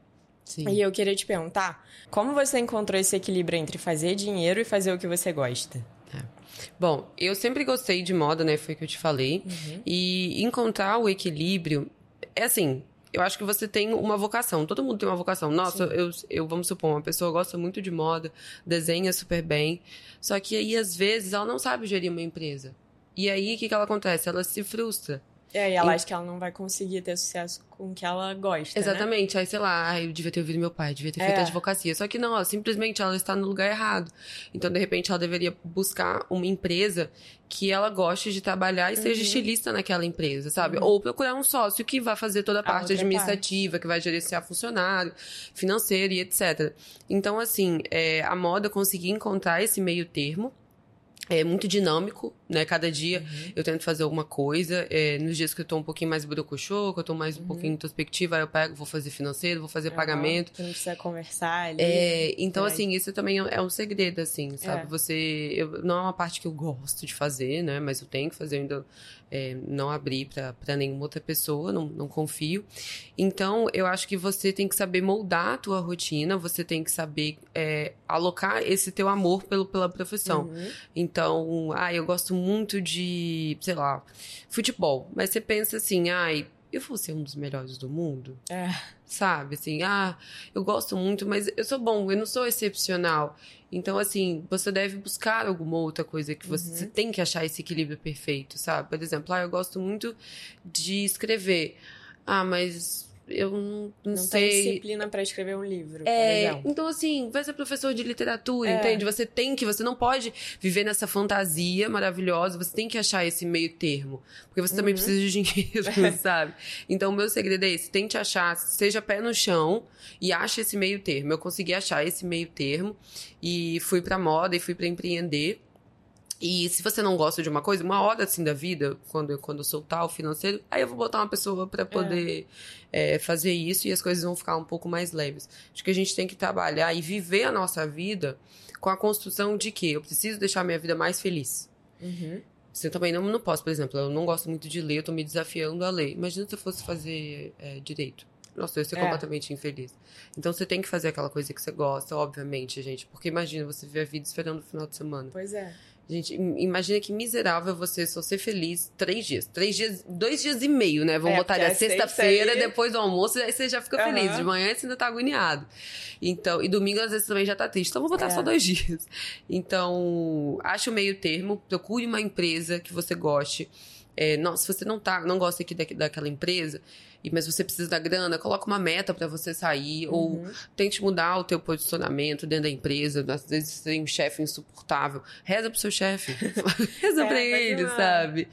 Sim. E eu queria te perguntar, como você encontrou esse equilíbrio entre fazer dinheiro e fazer o que você gosta? É. Bom, eu sempre gostei de moda, né? Foi o que eu te falei. Uhum. E encontrar o equilíbrio, é assim, eu acho que você tem uma vocação. Todo mundo tem uma vocação. Nossa, eu, eu, vamos supor, uma pessoa gosta muito de moda, desenha super bem. Só que aí, às vezes, ela não sabe gerir uma empresa. E aí, o que, que ela acontece? Ela se frustra. É, e ela e... acha que ela não vai conseguir ter sucesso com o que ela gosta, Exatamente. Né? Aí, sei lá, eu devia ter ouvido meu pai, devia ter feito é. advocacia. Só que não, ela, simplesmente ela está no lugar errado. Então, de repente, ela deveria buscar uma empresa que ela goste de trabalhar e uhum. seja estilista naquela empresa, sabe? Uhum. Ou procurar um sócio que vai fazer toda a parte a administrativa, parte. que vai gerenciar funcionário, financeiro e etcétera. Então, assim, é, a moda conseguir encontrar esse meio termo. É muito dinâmico, né? Cada dia uhum. eu tento fazer alguma coisa. É, nos dias que eu tô um pouquinho mais brocochô, que eu tô mais um uhum. pouquinho introspectiva, aí eu pego, vou fazer financeiro, vou fazer uhum. pagamento. Você não precisa conversar ali. É, então, assim, isso também é um segredo, assim, sabe? É. Você... Eu, não é uma parte que eu gosto de fazer, né? Mas eu tenho que fazer, eu ainda é, não abrir pra, pra nenhuma outra pessoa, não, não confio. Então, eu acho que você tem que saber moldar a tua rotina, você tem que saber é, alocar esse teu amor pelo, pela profissão. Uhum. Então, ah, eu gosto muito de, sei lá, futebol. Mas você pensa assim, ai, eu vou ser um dos melhores do mundo? É. Sabe, assim, ah, eu gosto muito, mas eu sou bom, eu não sou excepcional. Então, assim, você deve buscar alguma outra coisa que você, uhum. você tem que achar esse equilíbrio perfeito, sabe? Por exemplo, ah, eu gosto muito de escrever. Ah, mas... eu não, não, não sei... Não tem disciplina pra escrever um livro, é, por exemplo. Então, assim, vai ser professor de literatura, é. entende? Você tem que... Você não pode viver nessa fantasia maravilhosa, você tem que achar esse meio termo. Porque você uhum. também precisa de dinheiro, sabe? Então, o meu segredo é esse. Tente achar, seja pé no chão e ache esse meio termo. Eu consegui achar esse meio termo e fui pra moda e fui pra empreender. E se você não gosta de uma coisa, uma hora assim da vida, quando, quando eu soltar o financeiro, aí eu vou botar uma pessoa para poder é. É, fazer isso e as coisas vão ficar um pouco mais leves. Acho que a gente tem que trabalhar e viver a nossa vida com a construção de que eu preciso deixar a minha vida mais feliz. Uhum. Você também não, não posso, por exemplo, eu não gosto muito de ler, eu tô me desafiando a ler. Imagina se eu fosse fazer é, direito. Nossa, eu ia ser é. completamente infeliz. Então, você tem que fazer aquela coisa que você gosta, obviamente, gente. Porque imagina, você viver a vida esperando o final de semana. Pois é. Gente, imagina que miserável você só ser feliz três dias. Três dias, dois dias e meio, né? Vamos é, botar ali a sexta-feira, depois do almoço, aí você já fica uhum. feliz. De manhã você ainda tá agoniado. Então, e domingo às vezes também já tá triste. Então, vou botar é. só dois dias. Então, ache o meio termo, procure uma empresa que você goste. É, não, se você não, tá, não gosta aqui da, daquela empresa, mas você precisa da grana, coloca uma meta pra você sair, uhum. ou tente mudar o teu posicionamento dentro da empresa. Às vezes você tem um chefe insuportável, reza pro seu chefe, reza é, pra ele, sabe?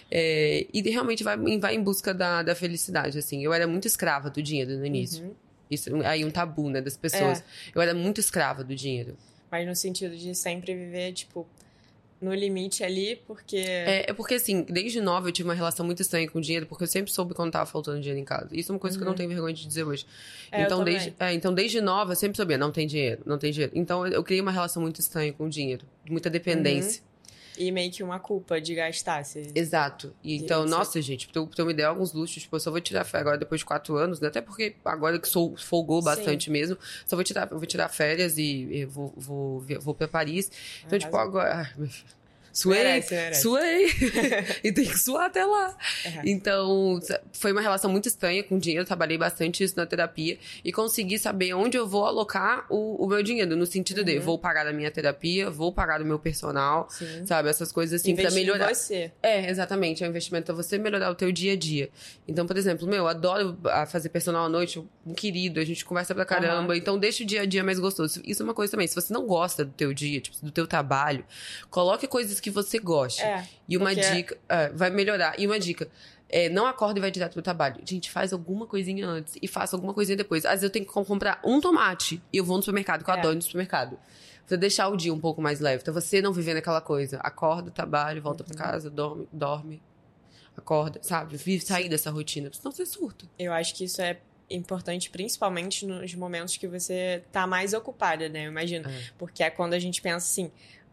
É, e realmente vai, vai em busca da, da felicidade, assim. Eu era muito escrava do dinheiro no início. Uhum. Isso aí um tabu, né, das pessoas. É. Eu era muito escrava do dinheiro. Mas no sentido de sempre viver, tipo... no limite ali, porque... É, é porque, assim, desde nova eu tive uma relação muito estranha com o dinheiro, porque eu sempre soube quando tava faltando dinheiro em casa. Isso é uma coisa uhum. que eu não tenho vergonha de dizer hoje. É, então, desde, é, então, desde nova, eu sempre sabia, não tem dinheiro, não tem dinheiro. Então, eu, eu criei uma relação muito estranha com o dinheiro, muita dependência. Uhum. E meio que uma culpa de gastar. Se... Exato. E, então, Isso. nossa, gente, pra eu, pra eu me dar alguns luxos, tipo, eu só vou tirar férias agora depois de quatro anos, né? Até porque agora que sou, folgou bastante Sim. mesmo, só vou tirar, eu vou tirar férias e, e vou, vou, vou pra Paris. Então, ah, tipo, agora... Ai, meu filho. Suei, merece, merece. suei. E tem que suar até lá. Uhum. Então, foi uma relação muito estranha com o dinheiro. Eu trabalhei bastante isso na terapia. E consegui saber onde eu vou alocar o, o meu dinheiro. No sentido uhum. de, vou pagar a minha terapia, vou pagar o meu personal. Sim. Sabe? Essas coisas assim, investir pra melhorar. Em você. É, exatamente. É um investimento pra você melhorar o teu dia a dia. Então, por exemplo, meu, eu adoro fazer personal à noite. Um querido, a gente conversa pra caramba. Uhum. Então, deixa o dia a dia mais gostoso. Isso é uma coisa também. Se você não gosta do teu dia, tipo, do teu trabalho, coloque coisas que que você goste. É, e uma porque... dica... É, vai melhorar. E uma dica... É, não acorda e vai direto pro trabalho. Gente, faz alguma coisinha antes e faça alguma coisinha depois. Às vezes eu tenho que comprar um tomate e eu vou no supermercado, que eu é. adoro no supermercado. Pra deixar o dia um pouco mais leve. Então você não viver naquela coisa. Acorda, trabalha, volta uhum. pra casa, dorme, dorme. Acorda, sabe? Vive, sair dessa rotina. Senão você surta. Eu acho que isso é importante, principalmente nos momentos que você tá mais ocupada, né? Eu imagino. É. Porque é quando a gente pensa assim...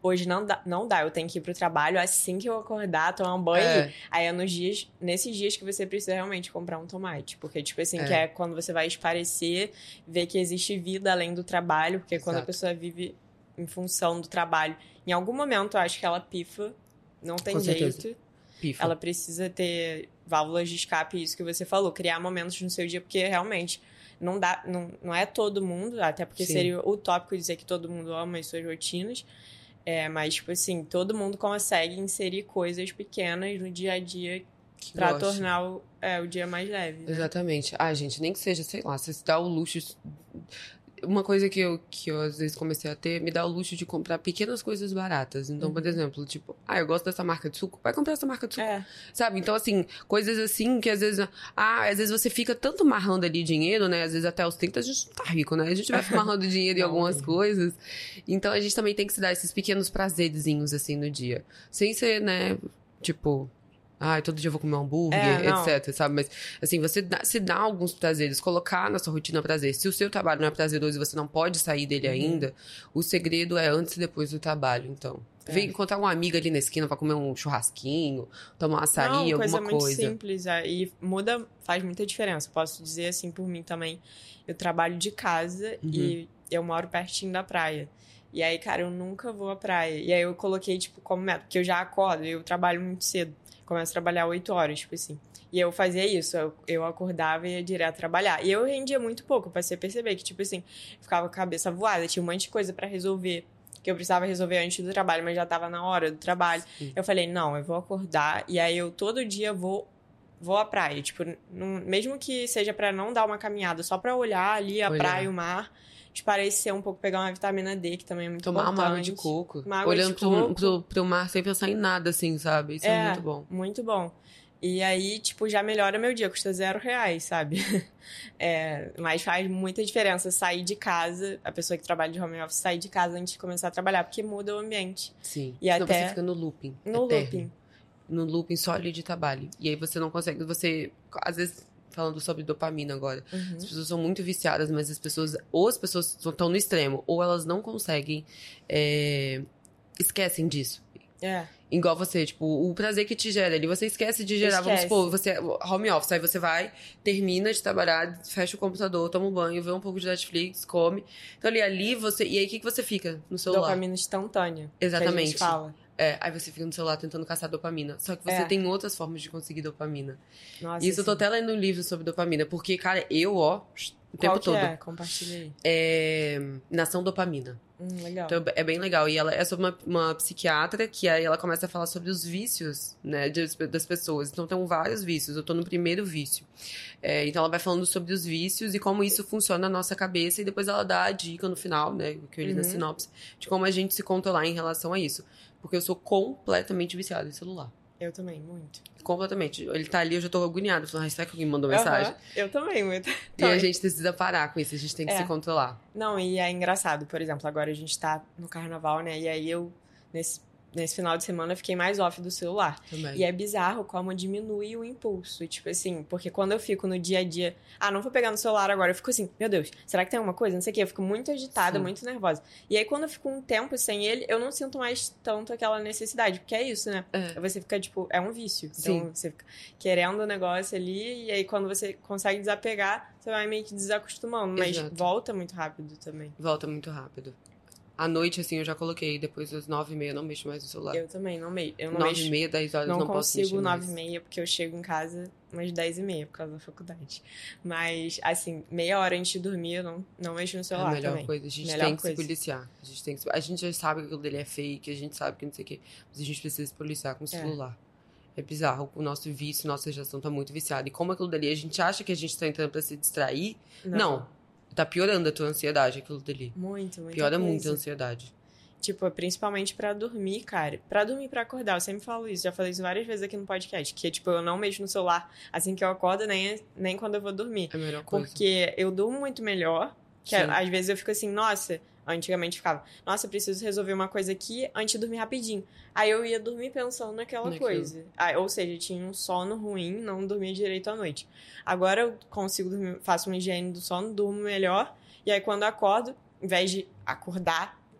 hoje não dá, não dá, eu tenho que ir pro trabalho assim que eu acordar, tomar um banho. É. Aí é nos dias, nesses dias que você precisa realmente comprar um tomate. Porque, tipo assim, É. que é quando você vai esparecer, ver que existe vida além do trabalho. Porque quando a Exato. pessoa vive em função do trabalho, em algum momento eu acho que ela pifa, não tem Com certeza. jeito. Pifa. Ela precisa ter válvulas de escape, isso que você falou, criar momentos no seu dia, porque realmente não dá, não, não é todo mundo, até porque Sim. seria utópico dizer que todo mundo ama as suas rotinas, é, mas, tipo assim, todo mundo consegue inserir coisas pequenas no dia a dia Que pra goste. tornar o, é, o dia mais leve, né? Exatamente. Ah, gente, nem que seja, sei lá, você se dá o luxo... Uma coisa que eu, que eu às vezes comecei a ter, me dá o luxo de comprar pequenas coisas baratas. Então, por exemplo, tipo, ah, eu gosto dessa marca de suco, vai comprar essa marca de suco. É, Sabe? Então, assim, coisas assim que às vezes... Ah, às vezes você fica tanto marrando ali dinheiro, né? Às vezes até os trinta a gente não tá rico, né? A gente vai marrando dinheiro em Não, algumas não. coisas. Então, a gente também tem que se dar esses pequenos prazerzinhos, assim, no dia. Sem ser, né, tipo... Ah, todo dia eu vou comer um hambúrguer, É, não. etc, sabe? Mas, assim, você dá, se dá alguns prazeres, colocar na sua rotina prazer. Se o seu trabalho não é prazeroso e você não pode sair dele Uhum. ainda, o segredo é antes e depois do trabalho, então. É. Vem encontrar uma amiga ali na esquina pra comer um churrasquinho, tomar um açaí, não, alguma coisa muito coisa. simples, é, e muda, faz muita diferença. Posso dizer assim por mim também, eu trabalho de casa Uhum. e eu moro pertinho da praia. E aí, cara, eu nunca vou à praia. E aí eu coloquei, tipo, como meta, porque eu já acordo, eu trabalho muito cedo. Começo a trabalhar oito horas, tipo assim. E eu fazia isso, eu, eu acordava e ia direto trabalhar. E eu rendia muito pouco, eu passei a perceber que, tipo assim, ficava com a cabeça voada, tinha um monte de coisa pra resolver, que eu precisava resolver antes do trabalho, mas já tava na hora do trabalho. Sim. Eu falei, não, eu vou acordar, e aí eu todo dia vou, vou à praia. Tipo, não, mesmo que seja pra não dar uma caminhada, só pra olhar ali a Olhar. praia e o mar, esparecer um pouco, pegar uma vitamina D, que também é muito Tomar importante. uma água de coco. Uma água Olhando de pro, coco. pro, pro mar sem pensar em nada, assim, sabe? Isso é, É, muito bom. muito bom. E aí, tipo, já melhora meu dia, custa zero reais, sabe? É, mas faz muita diferença sair de casa, a pessoa que trabalha de home office sair de casa antes de começar a trabalhar, porque muda o ambiente. Sim. E Senão até você fica no looping. no eterno. looping. No looping só ali de trabalho. E aí você não consegue, você, às vezes, falando sobre dopamina agora, Uhum. as pessoas são muito viciadas, mas as pessoas, ou as pessoas estão no extremo, ou elas não conseguem, é, esquecem disso. É, Igual você, tipo, o prazer que te gera ali, você esquece de gerar, vamos Esquece. supor, você, home office, aí você vai, termina de trabalhar, fecha o computador, toma um banho, vê um pouco de Netflix, come. Então ali, ali você, e aí o que, que você fica no celular? dopamina instantânea. Que a Exatamente. gente fala. É, aí você fica no celular tentando caçar dopamina. Só que você É. tem outras formas de conseguir dopamina. Nossa, Isso eu tô assim, até lendo um livro sobre dopamina, porque, cara, eu, ó, o tempo qual que todo. é? Compartilha aí. É. Nação Dopamina. Hum, legal. Então é bem legal. E ela é sobre uma, uma psiquiatra que aí ela começa a falar sobre os vícios, né, de- das pessoas. Então tem vários vícios. Eu tô no primeiro vício. É, então ela vai falando sobre os vícios e como isso funciona na nossa cabeça. E depois ela dá a dica no final, né, o que eu li na Uhum. sinopse, de como a gente se controlar em relação a isso. Porque eu sou completamente viciada em celular. Eu também, muito. Completamente. Ele tá ali, eu já tô agoniada. Falando, ah, será que alguém mandou mensagem? Aham, eu também, muito. E a Também. gente precisa parar com isso. A gente tem que É. se controlar. Não, e é engraçado, por exemplo, agora a gente tá no carnaval, né? E aí eu, nesse, nesse final de semana, fiquei mais off do celular. Também. E é bizarro como diminui o impulso. Tipo assim, porque quando eu fico no dia a dia, ah, não vou pegar no celular agora, eu fico assim, meu Deus, será que tem alguma coisa? Não sei o quê. Eu fico muito agitada, Sim. muito nervosa. E aí quando eu fico um tempo sem ele, eu não sinto mais tanto aquela necessidade, porque é isso, né? É. Você fica, tipo, é um vício. Sim. Então você fica querendo o negócio ali, e aí quando você consegue desapegar, você vai meio que desacostumando. Mas Exato. volta muito rápido também. Volta muito rápido. À noite, assim, eu já coloquei. Depois das nove e meia, não mexo mais no celular. Eu também, não, me... eu não nove mexo. e meia, dez horas, Não, não, posso consigo mexer nove e mais. meia, porque eu chego em casa umas dez e meia, por causa da faculdade. Mas, assim, meia hora antes de dormir, eu não, não mexo no É celular a melhor também. coisa. A gente Melhor tem que coisa. se policiar. A gente, tem que se... a gente já sabe que aquilo dele é fake, a gente sabe que não sei o quê. Mas a gente precisa se policiar com o celular. É bizarro. O nosso vício, nossa geração tá muito viciada. E como aquilo dali, a gente acha que a gente tá entrando pra se distrair. Não. Tá piorando a tua ansiedade, aquilo dali. Muito, muito. Piora muito a ansiedade. Tipo, principalmente pra dormir, cara. Pra dormir e pra acordar. Eu sempre falo isso. Já falei isso várias vezes aqui no podcast. Que, tipo, eu não mexo no celular assim que eu acordo, nem, nem quando eu vou dormir. É a melhor coisa. Porque eu durmo muito melhor. Que Sim. às vezes eu fico assim, nossa... Antigamente ficava, nossa, eu preciso resolver uma coisa aqui antes de dormir rapidinho. Aí eu ia dormir pensando naquela Naquilo. coisa. Ah, ou seja, tinha um sono ruim, não dormia direito à noite. Agora eu consigo dormir, faço uma higiene do sono, durmo melhor. E aí quando eu acordo, em vez de acordar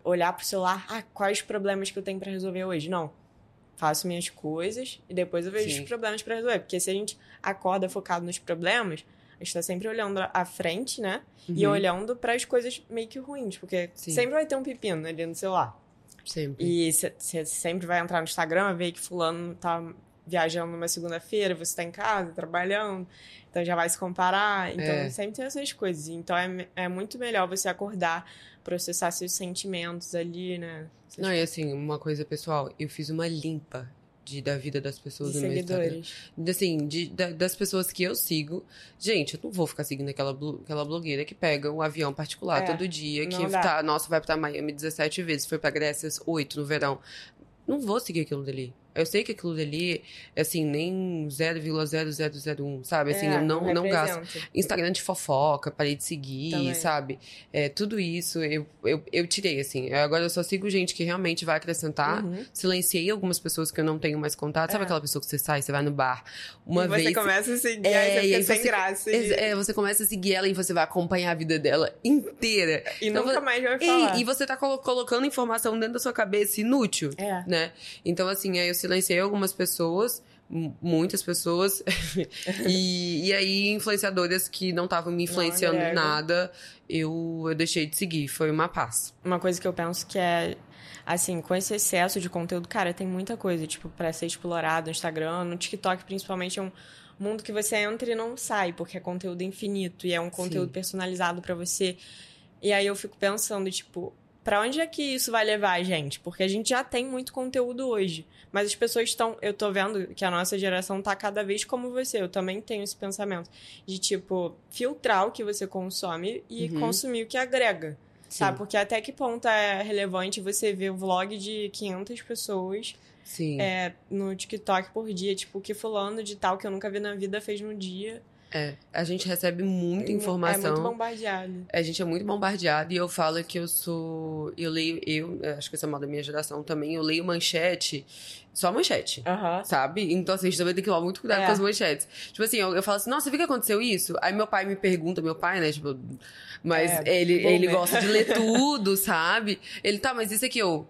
olhar pro celular, ah, quais problemas que eu tenho pra resolver hoje? Não. Faço minhas coisas e depois eu vejo Sim. os problemas pra resolver. Porque se a gente acorda focado nos problemas, a gente tá sempre olhando à frente, né? Uhum. E olhando pras coisas meio que ruins. Porque Sim. sempre vai ter um pepino ali no celular. Sempre. E você sempre vai entrar no Instagram, ver que fulano tá viajando numa segunda-feira, você tá em casa, trabalhando, então já vai se comparar. Então, é. sempre tem essas coisas. Então, é, é muito melhor você acordar, processar seus sentimentos ali, né? Essas Não, e assim, uma coisa, pessoal, eu fiz uma limpa de, da vida das pessoas de no meu seguidores. Instagram. Assim, de, da, das pessoas que eu sigo. Gente, eu não vou ficar seguindo aquela, aquela blogueira que pega um avião particular é, todo dia, que tá, nossa, vai pra Miami dezessete vezes, foi pra Grécia oito no verão. Não vou seguir aquilo dali. Eu sei que aquilo dali, assim, nem zero vírgula zero zero zero um, sabe? Assim, é, eu não, não, não gasto. Instagram de fofoca, parei de seguir, Também. sabe? É, tudo isso eu, eu, eu tirei, assim. Agora eu só sigo gente que realmente vai acrescentar. Uhum. Silenciei algumas pessoas que eu não tenho mais contato. Sabe é. aquela pessoa que você sai, você vai no bar uma e vez... você começa a seguir, é, aí você fica sem você, graça. E... É, você começa a seguir ela e você vai acompanhar a vida dela inteira. E então, nunca mais vai falar. E, e você tá colo- colocando informação dentro da sua cabeça inútil, é. né? Então, assim, aí eu silenciei algumas pessoas pessoas, muitas pessoas, e, e aí influenciadoras que não estavam me influenciando em nada, eu, eu deixei de seguir, foi uma paz. Uma coisa que eu penso que é, assim, com esse excesso de conteúdo, cara, tem muita coisa, tipo, pra ser explorado no Instagram, no TikTok principalmente, é um mundo que você entra e não sai, porque é conteúdo infinito, e é um conteúdo Sim. personalizado pra você, e aí eu fico pensando, tipo... Pra onde é que isso vai levar a gente? Porque a gente já tem muito conteúdo hoje. Mas as pessoas estão... Eu tô vendo que a nossa geração tá cada vez como você. Eu também tenho esse pensamento. De, tipo, filtrar o que você consome e uhum. consumir o que agrega. Sim. Sabe? Porque até que ponto é relevante você ver o vlog de quinhentas pessoas... Sim. É, no TikTok por dia. Tipo, que fulano de tal que eu nunca vi na vida fez no dia... É, a gente recebe muita informação. É muito bombardeado. A gente é muito bombardeado e eu falo que eu sou... Eu leio... Eu acho que esse é mal da minha geração também. Eu leio manchete... Só manchete, uhum. sabe? Então, assim, a gente também tem que tomar muito cuidado é. com as manchetes. Tipo assim, eu, eu falo assim, nossa, viu que aconteceu isso? Aí meu pai me pergunta, meu pai, né, tipo... Mas é, ele, ele gosta de ler tudo, sabe? Ele, tá, mas isso aqui eu...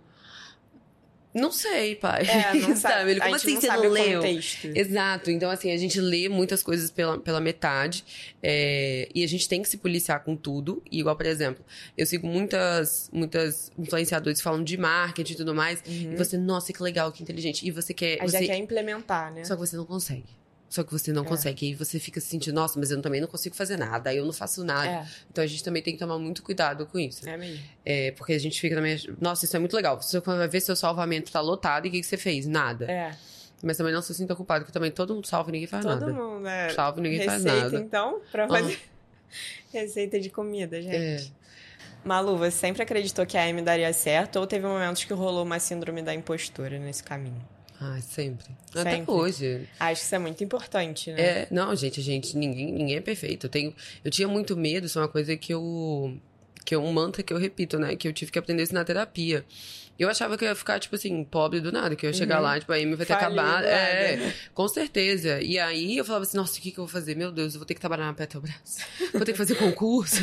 Não sei, pai. É, não sabe. Ele, como assim não você sabe não o leu? Contexto. Exato. Então, assim, a gente lê muitas coisas pela, pela metade. É, e a gente tem que se policiar com tudo. E igual, por exemplo, eu sigo muitas, muitas influenciadores falando de marketing e tudo mais. Uhum. E você, nossa, que legal, que inteligente. E você quer... Aí você... já quer implementar, né? Só que você não consegue. Só que você não é. consegue. E aí você fica se sentindo, nossa, mas eu também não consigo fazer nada. Aí eu não faço nada. É. Então a gente também tem que tomar muito cuidado com isso. É mesmo. É, porque a gente fica na minha... Nossa, isso é muito legal. Você vai ver seu salvamento tá lotado e o que, que você fez? Nada. É. Mas também não se sinta culpado, porque também todo mundo salva e ninguém faz todo nada. Todo mundo, né? Salva e ninguém Receita, faz nada. então, pra fazer... Ah. Receita de comida, gente. É. Malu, você sempre acreditou que a Amy daria certo ou teve momentos que rolou uma síndrome da impostura nesse caminho? Ah, sempre. sempre. Até hoje. Acho que isso é muito importante, né? É, não, gente, gente, ninguém, ninguém é perfeito. Eu, tenho, eu tinha muito medo, isso é uma coisa que eu... Que é um mantra que eu repito, né? Que eu tive que aprender isso na terapia. Eu achava que eu ia ficar, tipo assim, pobre do nada. Que eu ia chegar uhum. lá, tipo, a Amy vai ter Falido, acabado. É, é, com certeza. E aí eu falava assim, nossa, o que, que eu vou fazer? Meu Deus, eu vou ter que trabalhar na Petrobras. Vou ter que fazer concurso.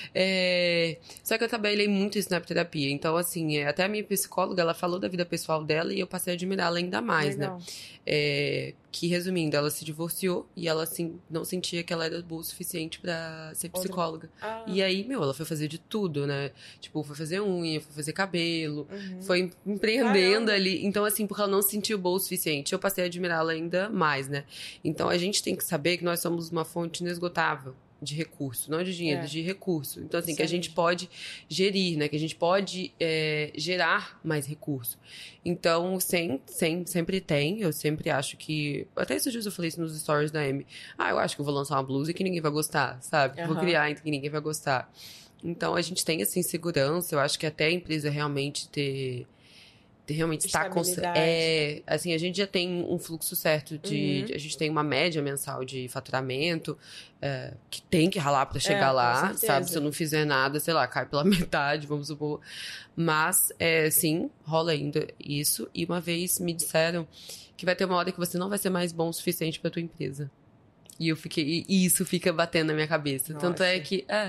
É... Só que eu trabalhei muito isso na terapia. Então, assim, é, até a minha psicóloga, ela falou da vida pessoal dela e eu passei a admirá-la ainda mais, Legal. né? É... Que, resumindo, ela se divorciou e ela, assim, não sentia que ela era boa o suficiente pra ser psicóloga. Ah. E aí, meu, ela foi fazer de tudo, né? Tipo, foi fazer unha, foi fazer cabelo, uhum. foi empreendendo Caramba. ali. Então, assim, porque ela não se sentiu boa o suficiente, eu passei a admirá-la ainda mais, né? Então, a gente tem que saber que nós somos uma fonte inesgotável de recurso, não de dinheiro, é. de recurso. Então, assim, Sim. que a gente pode gerir, né? Que a gente pode é, gerar mais recurso. Então, sem, sem, sempre tem. Eu sempre acho que... Até esses dias eu falei isso nos stories da Amy. Ah, eu acho que eu vou lançar uma blusa que ninguém vai gostar, sabe? Uhum. Vou criar que ninguém vai gostar. Então, a gente tem, assim, segurança. Eu acho que até a empresa realmente ter... realmente está com é, assim, a gente já tem um fluxo certo de, uhum. de a gente tem uma média mensal de faturamento é, que tem que ralar para chegar é, lá, sabe? Se eu não fizer nada, sei lá, cai pela metade, vamos supor. Mas é, sim, rola ainda isso. E uma vez me disseram que vai ter uma hora que você não vai ser mais bom o suficiente para tua empresa. E eu fiquei, e isso fica batendo na minha cabeça. Nossa. Tanto é que, é,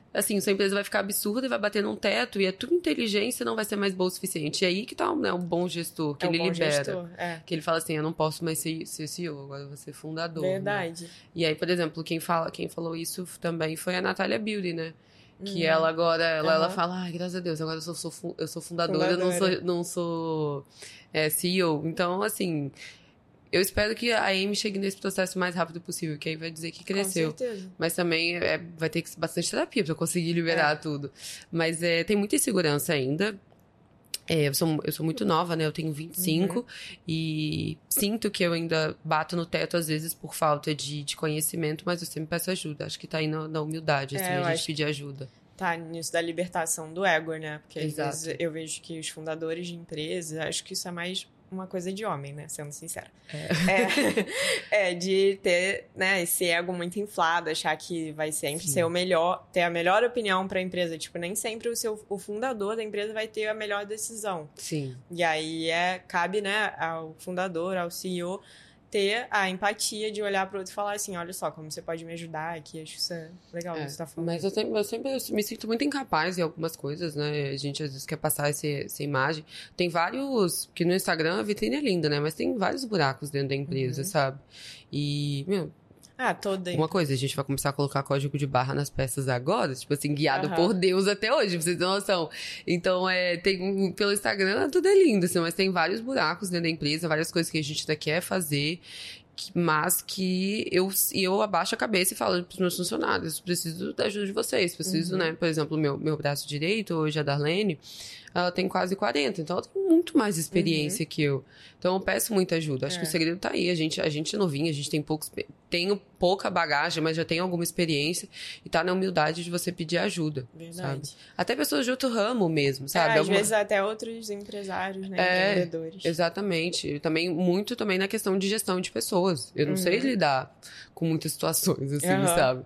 assim, sua empresa vai ficar absurda e vai bater num teto e a tua inteligência não vai ser mais boa o suficiente. E aí que tá, né, o bom gestor, que é ele bom libera. Gestor, é. Que ele fala assim, eu não posso mais ser, ser C E O, agora eu vou ser fundador. Verdade. Né? E aí, por exemplo, quem, fala, quem falou isso também foi a Natália Beauty, né? Que Uhum. ela agora, ela, Uhum. ela fala, ai, graças a Deus, agora eu sou, sou, eu sou fundadora, fundadora. eu não sou, não sou é, C E O. Então, assim... Eu espero que a Amy chegue nesse processo o mais rápido possível, que aí vai dizer que cresceu. Com certeza. Mas também é, vai ter que ser bastante terapia pra conseguir liberar é. tudo. Mas é, tem muita insegurança ainda. É, eu, sou, eu sou muito nova, né? Eu tenho vinte e cinco. Uhum. E sinto que eu ainda bato no teto, às vezes, por falta de, de conhecimento. Mas eu sempre peço ajuda. Acho que tá aí na, na humildade, assim, é, a gente pedir ajuda. Tá nisso da libertação do ego, né? Porque Exato. Às vezes eu vejo que os fundadores de empresas, acho que isso é mais... uma coisa de homem, né? Sendo sincera. É, é, é de ter, né, esse ego muito inflado, achar que vai sempre Sim. ser o melhor, ter a melhor opinião para a empresa. Tipo, nem sempre o, seu, o fundador da empresa vai ter a melhor decisão. Sim. E aí é, cabe, né, ao fundador, ao C E O, ter a empatia de olhar para o outro e falar assim, olha só, como você pode me ajudar aqui, acho que isso é legal é, que você tá falando. Mas eu sempre, eu sempre me sinto muito incapaz em algumas coisas, né? A gente às vezes quer passar esse, essa imagem. Tem vários, porque no Instagram a vitrine é linda, né? Mas tem vários buracos dentro da empresa, uhum. sabe? E, meu... Ah, toda. Uma coisa, a gente vai começar a colocar código de barra nas peças agora, tipo assim, guiado uhum. por Deus até hoje, pra vocês terem noção. Então, é, tem, pelo Instagram, tudo é lindo, assim, mas tem vários buracos dentro da empresa, várias coisas que a gente ainda quer fazer, mas que eu, eu abaixo a cabeça e falo pros meus funcionários, preciso da ajuda de vocês, preciso, uhum. né, por exemplo, meu, meu braço direito, hoje a Darlene, ela tem quase quarenta, então ela tem muito mais experiência uhum. que eu. Então eu peço muita ajuda. Acho é. que o segredo tá aí. A gente, a gente é novinha, a gente tem poucos, tenho pouca bagagem, mas já tenho alguma experiência. E tá na humildade de você pedir ajuda. Verdade. Sabe? Até pessoas de outro ramo mesmo, sabe? É, às Alguma... vezes até outros empresários, né? É, empreendedores. Exatamente. E também, muito também na questão de gestão de pessoas. Eu não uhum. sei lidar com muitas situações, assim, uhum. sabe?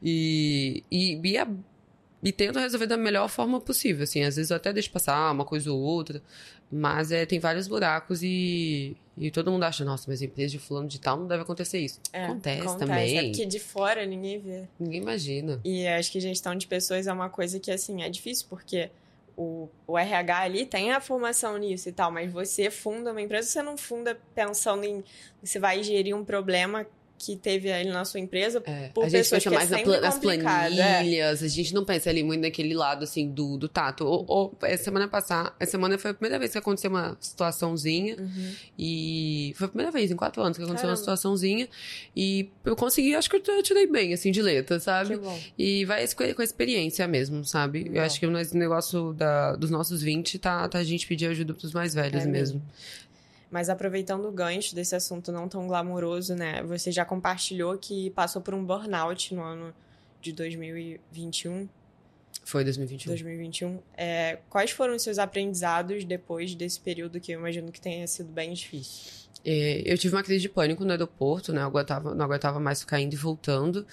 E, e, e a E tento resolver da melhor forma possível, assim. Às vezes eu até deixo passar uma coisa ou outra. Mas é, tem vários buracos e, e todo mundo acha, nossa, mas a empresa de fulano de tal não deve acontecer isso. É, acontece, acontece também. É porque de fora ninguém vê. Ninguém imagina. E acho que gestão de pessoas é uma coisa que, assim, é difícil, porque o, o R H ali tem a formação nisso e tal, mas você funda uma empresa, você não funda pensando em... Você vai gerir um problema que teve ali na sua empresa é, por a gente pessoas pensa que mais é na, nas planilhas, é. a gente não pensa ali muito naquele lado, assim, do, do tato. Ou, ou, essa semana passada, essa semana foi a primeira vez que aconteceu uma situaçãozinha, uhum. e foi a primeira vez em quatro anos que aconteceu Caramba. uma situaçãozinha, e eu consegui, acho que eu tirei bem, assim, de letra, sabe? Que bom. E vai com a experiência mesmo, sabe? Legal. Eu acho que o negócio da, dos nossos vinte tá, tá a gente pedir ajuda pros mais velhos é mesmo. mesmo. Mas aproveitando o gancho desse assunto não tão glamouroso, né? Você já compartilhou que passou por um burnout no ano de dois mil e vinte e um. Foi dois mil e vinte e um. dois mil e vinte e um. É, quais foram os seus aprendizados depois desse período que eu imagino que tenha sido bem difícil? É, eu tive uma crise de pânico no aeroporto, né? Eu aguentava, não aguentava mais ficar indo e voltando.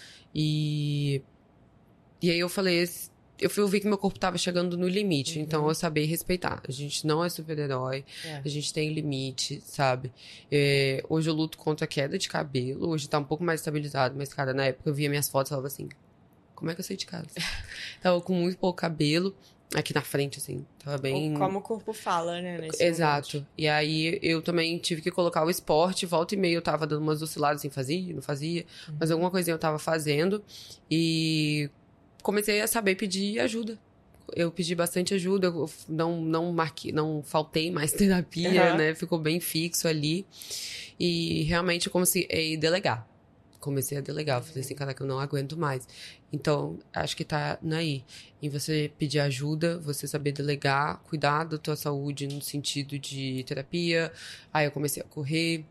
E, e aí eu falei... Eu fui ouvir que meu corpo tava chegando no limite, uhum. então eu sabia respeitar. A gente não é super-herói, é. a gente tem limite, sabe? É, hoje eu luto contra a queda de cabelo, hoje tá um pouco mais estabilizado, mas, cara, na época eu via minhas fotos e falava assim, como é que eu saí de casa? Tava com muito pouco cabelo, aqui na frente, assim, tava bem... Ou como o corpo fala, né? Nesse Exato. momento. E aí eu também tive que colocar o esporte, volta e meia eu tava dando umas osciladas, assim, fazia, não fazia, uhum. mas alguma coisinha eu tava fazendo, e... comecei a saber pedir ajuda. Eu pedi bastante ajuda, eu não, não marquei, não faltei mais terapia, uhum. né? Ficou bem fixo ali. E realmente eu comecei a delegar. Comecei a delegar. Eu falei assim, caraca, eu não aguento mais. Então, acho que tá aí. Em você pedir ajuda, você saber delegar, cuidar da tua saúde no sentido de terapia. Aí eu comecei a correr.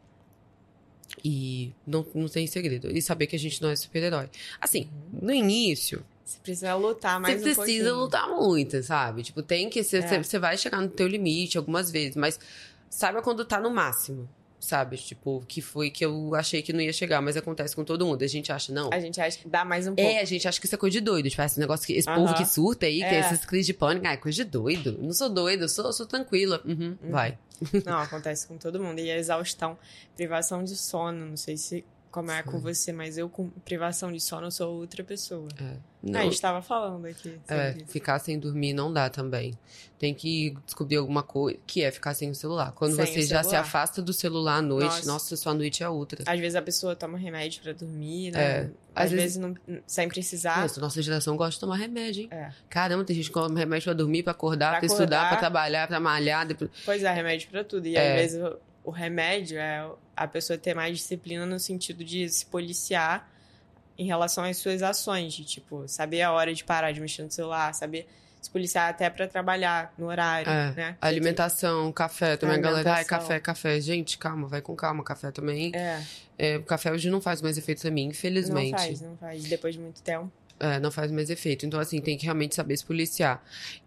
E não, não tem segredo. E saber que a gente não é super-herói. Assim, uhum. no início... Você precisa lutar mais um pouquinho. Você precisa lutar muito, sabe? Tipo, tem que... Você é. vai chegar no teu limite algumas vezes, mas saiba quando tá no máximo, sabe? Tipo, que foi que eu achei que não ia chegar, mas acontece com todo mundo. A gente acha, não. A gente acha que dá mais um pouco. É, a gente acha que isso é coisa de doido. Tipo, esse negócio que... Esse uh-huh. povo que surta aí, é. que é essas crises de pânico. Ah, é coisa de doido. Não sou doida, eu sou, eu sou tranquila. Uhum, uhum. Vai. Não, acontece com todo mundo. E a exaustão, privação de sono, não sei se como é Foi. com você, mas eu com privação de sono eu sou outra pessoa. É. Não. A gente tava falando aqui. É, ficar sem dormir não dá também. Tem que descobrir alguma coisa, que é ficar sem o celular. Quando Sem você o já celular. se afasta do celular à noite, nossa, Nossa. sua noite é outra. Às vezes a pessoa toma remédio pra dormir, né? É. Às, Às vezes, vezes- não, sem precisar. Nossa, nossa geração gosta de tomar remédio, hein? É. Caramba, tem gente que toma remédio pra dormir, pra acordar, Pra pra, estudar, acordar. pra trabalhar, pra malhar. Depois... Pois é, remédio pra tudo. E É. às vezes o, o remédio é a pessoa ter mais disciplina no sentido de se policiar em relação às suas ações. De, tipo, saber a hora de parar de mexer no celular, saber se policiar até pra trabalhar no horário, É, né? alimentação, café também. A galera, ai, Alimentação. café, café. Gente, calma, vai com calma. Café também. É, É, o café hoje não faz mais efeito pra mim, infelizmente. não faz, não faz. Depois de muito tempo. É, não faz mais efeito. Então, assim, tem que realmente saber se policiar.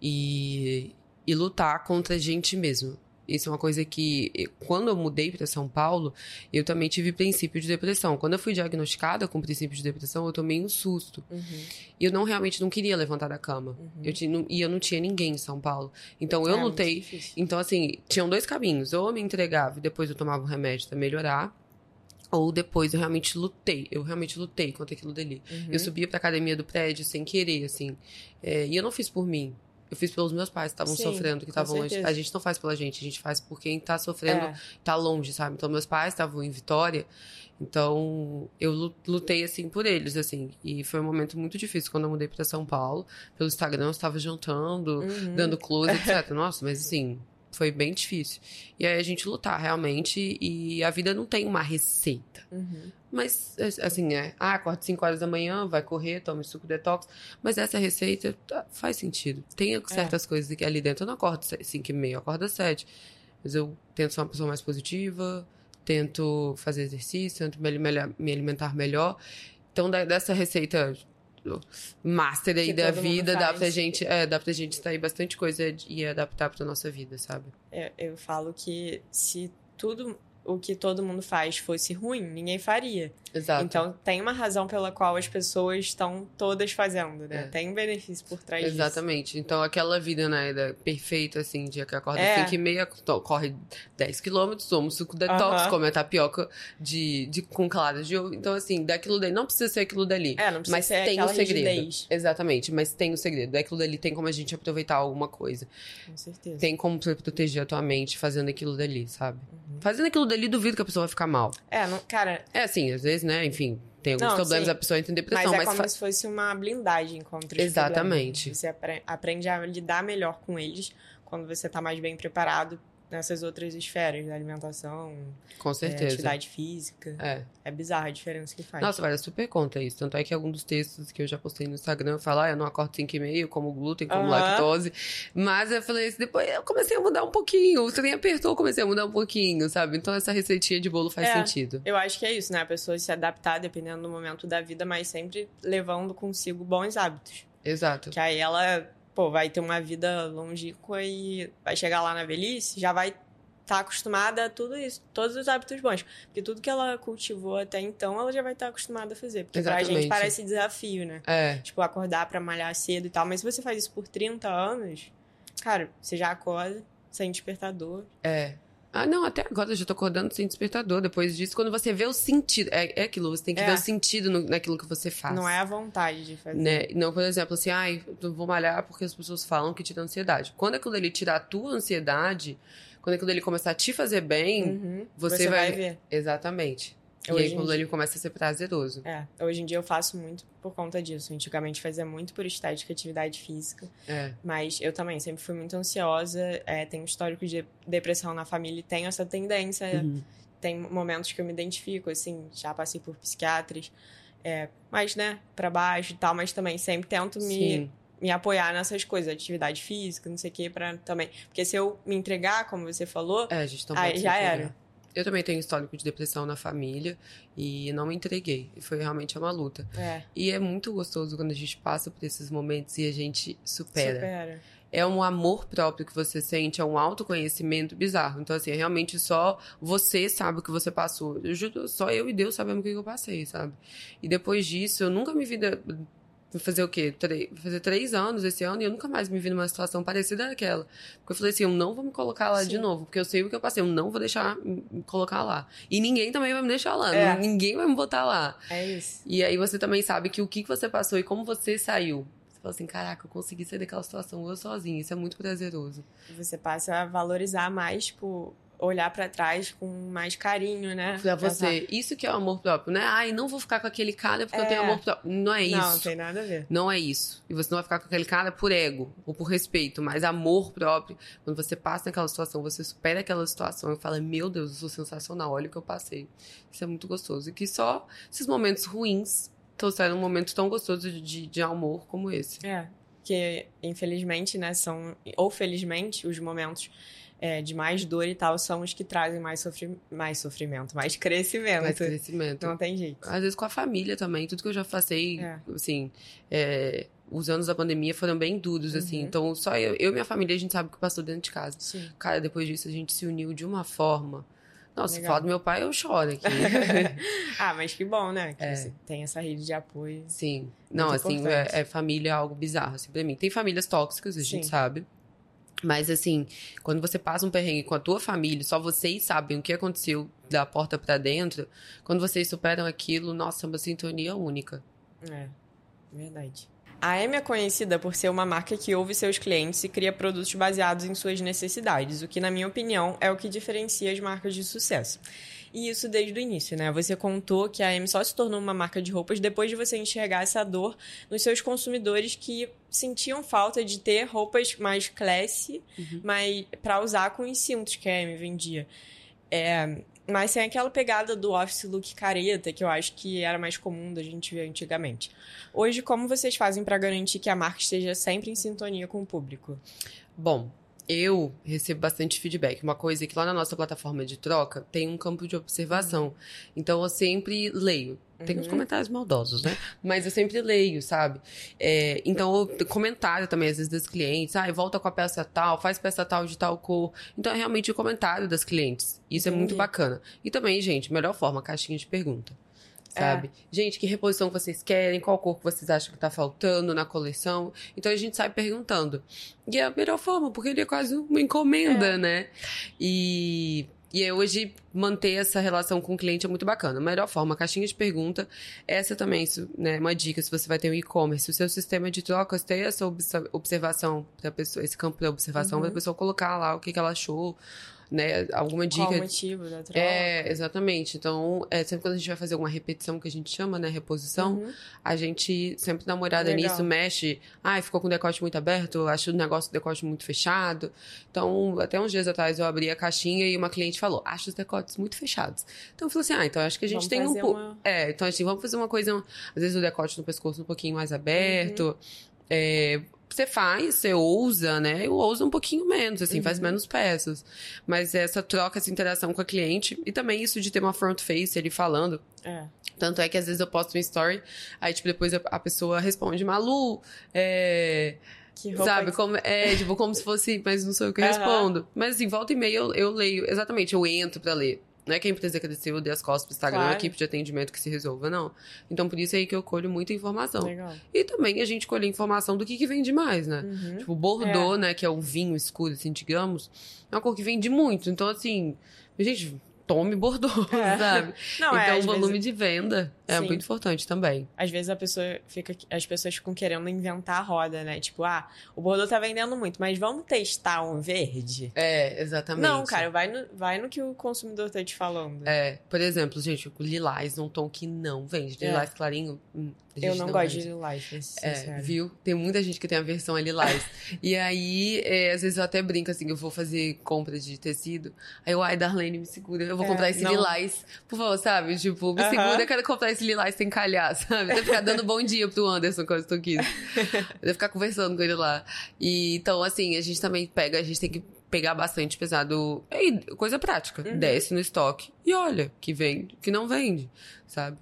E, e lutar contra a gente mesmo. Isso é uma coisa que, eu- quando eu mudei para São Paulo, eu também tive princípio de depressão. Quando eu fui diagnosticada com princípio de depressão, eu tomei um susto. Uhum, E eu não realmente não queria levantar da cama. uhum. Eu tinha, não- e eu não tinha ninguém em São Paulo. Então, eu É, muito lutei. difícil. Então, assim, tinham dois caminhos. Ou eu me entregava e depois eu tomava um remédio pra melhorar. Ou depois eu realmente lutei. Eu realmente lutei contra aquilo dali. Uhum. Eu subia pra academia do prédio sem querer, assim. É, e eu não fiz por mim. Eu fiz pelos meus pais que estavam Sim, sofrendo, que com estavam longe. certeza. A gente não faz pela gente, a gente faz por quem tá sofrendo, É. tá longe, sabe? Então, meus pais estavam em Vitória. Então, eu lu- lutei, assim, por eles, assim. E foi um momento muito difícil quando eu mudei pra São Paulo. Pelo Instagram, eu estava jantando, Uhum. dando close, etcétera. Nossa, mas assim, foi bem difícil. E aí a gente lutar, realmente. E a vida não tem uma receita. Uhum. Mas, assim, é. Ah, acorda cinco horas da manhã, vai correr, toma suco detox. Mas essa receita tá, faz sentido. Tem certas coisas aqui ali dentro. Eu não acordo cinco e meia, eu acordo às sete. Mas eu tento ser uma pessoa mais positiva, tento fazer exercício, tento me alimentar, me alimentar melhor. Então, da- dessa receita master aí Que da todo mundo vida, dá faz. pra gente, é, dá pra gente extrair bastante coisa e adaptar pra nossa vida, sabe? Eu, eu falo que se tudo o que todo mundo faz fosse ruim, ninguém faria. Exato. Então, tem uma razão pela qual as pessoas estão todas fazendo, né? É. Tem um benefício por trás disso. Exatamente. Então, aquela vida, né, da- perfeita, assim, dia que acorda É. cinco e meia, to- corre dez quilômetros, toma um suco detox, Aham. come a tapioca de, de, com claras de ovo. Então, assim, daquilo dali, não precisa ser aquilo dali. É, não precisa Mas ser tem aquela o segredo. rigidez. Exatamente, mas tem o segredo. Daquilo dali tem como a gente aproveitar alguma coisa. Com certeza. Tem como você proteger a tua mente fazendo aquilo dali, sabe? Uhum. Fazendo aquilo dali, duvido que a pessoa vai ficar mal. É, não, cara, É assim, às vezes, né, enfim, tem alguns Não, problemas, sim. a pessoa entra em mas depressão, é mas, como fa- se fosse uma blindagem contra os Exatamente. problemas. Você apre- aprende a lidar melhor com eles quando você tá mais bem preparado nessas outras esferas da alimentação, com é, certeza. atividade física. É. É bizarra a diferença que faz. Nossa, vale super conta isso. Tanto é que algum dos textos que eu já postei no Instagram, eu falo, ah, eu não acordo cinco e meia, eu como glúten, como Aham. lactose. Mas eu falei assim, depois eu comecei a mudar um pouquinho. O trem apertou, eu comecei a mudar um pouquinho, sabe? Então essa receitinha de bolo faz É. sentido. Eu acho que é isso, né? A pessoa se adaptar dependendo do momento da vida, mas sempre levando consigo bons hábitos. Exato. Que aí ela, pô, vai ter uma vida longínqua e vai chegar lá na velhice, já vai estar acostumada a tudo isso, todos os hábitos bons. Porque tudo que ela cultivou até então, ela já vai estar acostumada a fazer. Porque pra Exatamente. gente parece desafio, né? É. Tipo, acordar pra malhar cedo e tal. Mas se você faz isso por trinta anos, cara, você já acorda sem despertador. É. Ah, não, até agora eu já tô acordando sem despertador. Depois disso, quando você vê o sentido. É, é aquilo, você tem que É. ver o sentido no- naquilo que você faz. Não é a vontade de fazer. Né? Não, por exemplo, assim, ai, eu vou malhar porque as pessoas falam que tira ansiedade. Quando aquilo ali tirar a tua ansiedade, quando aquilo ali começar a te fazer bem, Uhum. você vai- ver. exatamente. E Hoje aí, em quando dia- ele começa a ser prazeroso. É, hoje em dia eu faço muito por conta disso. Antigamente fazia muito por estética, atividade física. É. Mas eu também sempre fui muito ansiosa. É, tenho histórico de depressão na família e tenho essa tendência. Uhum. Tem momentos que eu me identifico, assim, já passei por psiquiatras. É, mas, né, pra baixo e tal. Mas também sempre tento me, Sim. me apoiar nessas coisas. Atividade física, não sei o quê, pra também... Porque se eu me entregar, como você falou, É, a gente não Aí pode se já entregar. era. Eu também tenho histórico de depressão na família e não me entreguei. E foi realmente uma luta. é, E é muito gostoso quando a gente passa por esses momentos e a gente supera. supera. É um amor próprio que você sente, é um autoconhecimento bizarro. Então, assim, é realmente só você sabe o que você passou. Eu juro, só eu e Deus sabemos o que eu passei, sabe? E depois disso, eu nunca me vi de- Vou fazer o quê? Tre- Vou fazer três anos esse ano e eu nunca mais me vi numa situação parecida daquela. Porque eu falei assim, eu não vou me colocar lá Sim. de novo, porque eu sei o que eu passei, eu não vou deixar me colocar lá. E ninguém também vai me deixar lá, É. não- ninguém vai me botar lá. É isso. E aí você também sabe que o que você passou e como você saiu. Você fala assim, caraca, eu consegui sair daquela situação eu sozinha, isso é muito prazeroso. Você passa a valorizar mais, tipo, olhar pra trás com mais carinho, né? Pra Pensar, você, isso que é o amor próprio, né? Ai, não vou ficar com aquele cara porque eu É. tenho amor próprio. Não é isso. Não, não tem nada a ver. Não é isso. E você não vai ficar com aquele cara por ego ou por respeito, mas amor próprio. Quando você passa naquela situação, você supera aquela situação e fala, meu Deus, eu sou sensacional, olha o que eu passei. Isso é muito gostoso. E que só esses momentos ruins trouxeram um momento tão gostoso de, de amor como esse. É, que infelizmente, né, são, ou felizmente, os momentos é, de mais dor e tal são os que trazem mais, sofri mais sofrimento, mais crescimento. Mais crescimento. Não tem jeito. Às vezes com a família também, tudo que eu já passei, É. assim, é, os anos da pandemia foram bem duros, assim. Uhum. Então, só eu, eu e minha família, a gente sabe o que passou dentro de casa. Sim. Cara, depois disso, a gente se uniu de uma forma. Nossa, Legal. falar do meu pai, eu choro aqui. Ah, mas que bom, né? Que É. você tem essa rede de apoio. Sim. Não, Muito assim, importante. é, é família é algo bizarro, assim, pra mim. Tem famílias tóxicas, a gente Sim. sabe. Mas, assim, quando você passa um perrengue com a tua família, só vocês sabem o que aconteceu da porta pra dentro, quando vocês superam aquilo, nossa, é uma sintonia única. É, verdade. A Amy é conhecida por ser uma marca que ouve seus clientes e cria produtos baseados em suas necessidades, o que, na minha opinião, é o que diferencia as marcas de sucesso. E isso desde o início, né? Você contou que a Amy só se tornou uma marca de roupas depois de você enxergar essa dor nos seus consumidores que sentiam falta de ter roupas mais classy, Uhum. mas para usar com os cintos que a Amy vendia. É, mas sem aquela pegada do office look careta, que eu acho que era mais comum da gente ver antigamente. Hoje, como vocês fazem para garantir que a marca esteja sempre em sintonia com o público? Bom, eu recebo bastante feedback. Uma coisa é que lá na nossa plataforma de troca tem um campo de observação. Então eu sempre leio. Tem uns Uhum. comentários maldosos, né? Mas eu sempre leio, sabe? É, então, eu, comentário também, às vezes, das clientes. Ah, volta com a peça tal, faz peça tal de tal cor. Então, é realmente o comentário das clientes. Isso Entendi. é muito bacana. E também, gente, melhor forma, caixinha de pergunta. Sabe? Gente, que reposição que vocês querem? Qual cor que vocês acham que tá faltando na coleção? Então, a gente sai perguntando. E é a melhor forma, porque ele é quase uma encomenda, É. né? E... E aí, hoje, manter essa relação com o cliente é muito bacana. A melhor forma, caixinha de pergunta. Essa também, isso, né, uma dica, se você vai ter um e-commerce, o seu sistema de trocas tem essa obs- observação, pra pessoa, esse campo de observação, Uhum. para a pessoa colocar lá o que, que ela achou, né, alguma dica. Qual o motivo da troca? É, exatamente. Então, é, sempre quando a gente vai fazer alguma repetição, que a gente chama, né, reposição, Uhum. a gente sempre dá uma olhada Legal. nisso, mexe. Ai, ficou com o decote muito aberto, acho o negócio do decote muito fechado. Então, até uns dias atrás eu abri a caixinha e uma cliente falou, acho os decotes muito fechados. Então, eu falei assim, ah, então acho que a gente Vamos tem um fazer pouco... uma- É, então assim, vamos fazer uma coisa, às vezes o decote no pescoço um pouquinho mais aberto. Uhum. É, você faz, você ousa, né? Eu ouso um pouquinho menos, assim, faz Uhum. menos peças. Mas essa troca, essa interação com a cliente, e também isso de ter uma front face, ele falando. É. Tanto é que às vezes eu posto um story, aí, tipo, depois a, a pessoa responde, Malu, é... Que roupa Sabe, que- como, é, tipo, como se fosse, mas não sou eu que Aham. respondo. Mas assim, volta e meia eu, eu leio, exatamente, eu entro pra ler. Não é que a empresa cresceu, eu dei as costas pro Instagram, Claro. a equipe de atendimento que se resolva, não. Então, por isso é aí que eu colho muita informação. Legal. E também a gente colhe informação do que, que vende mais, né? Uhum. Tipo, Bordeaux, né, que é o vinho escuro, assim, digamos, é uma cor que vende muito. Então, assim, gente, tome Bordeaux, É. sabe? Não, então, é, o às volume vezes, de venda é Sim. muito importante também. às vezes a pessoa fica, as pessoas ficam querendo inventar a roda, né? Tipo, ah, o Bordeaux tá vendendo muito, mas vamos testar um verde? É, exatamente. Não, cara, vai no, vai no que o consumidor tá te falando. É, por exemplo, gente, o lilás num tom que não vende. É. Lilás clarinho, hum, a gente Eu não, gosto vende. de lilás, pra ser É, sincera. viu? Tem muita gente que tem a versão a lilás. E aí, é, às vezes eu até brinco assim, eu vou fazer compra de tecido. Aí eu, ai, Darlene, me segura, eu vou É, comprar esse não. lilás. Por favor, sabe? Tipo, me Aham. segura, eu quero comprar esse lilás sem calhar, sabe? Você ficar dando bom dia pro Anderson, coisa que eu quis. Eu ficar conversando com ele lá. E, então, assim, a gente também pega, a gente tem que pegar bastante pesado. É, coisa prática. Uhum. Desce no estoque e olha, que vende, que não vende, sabe?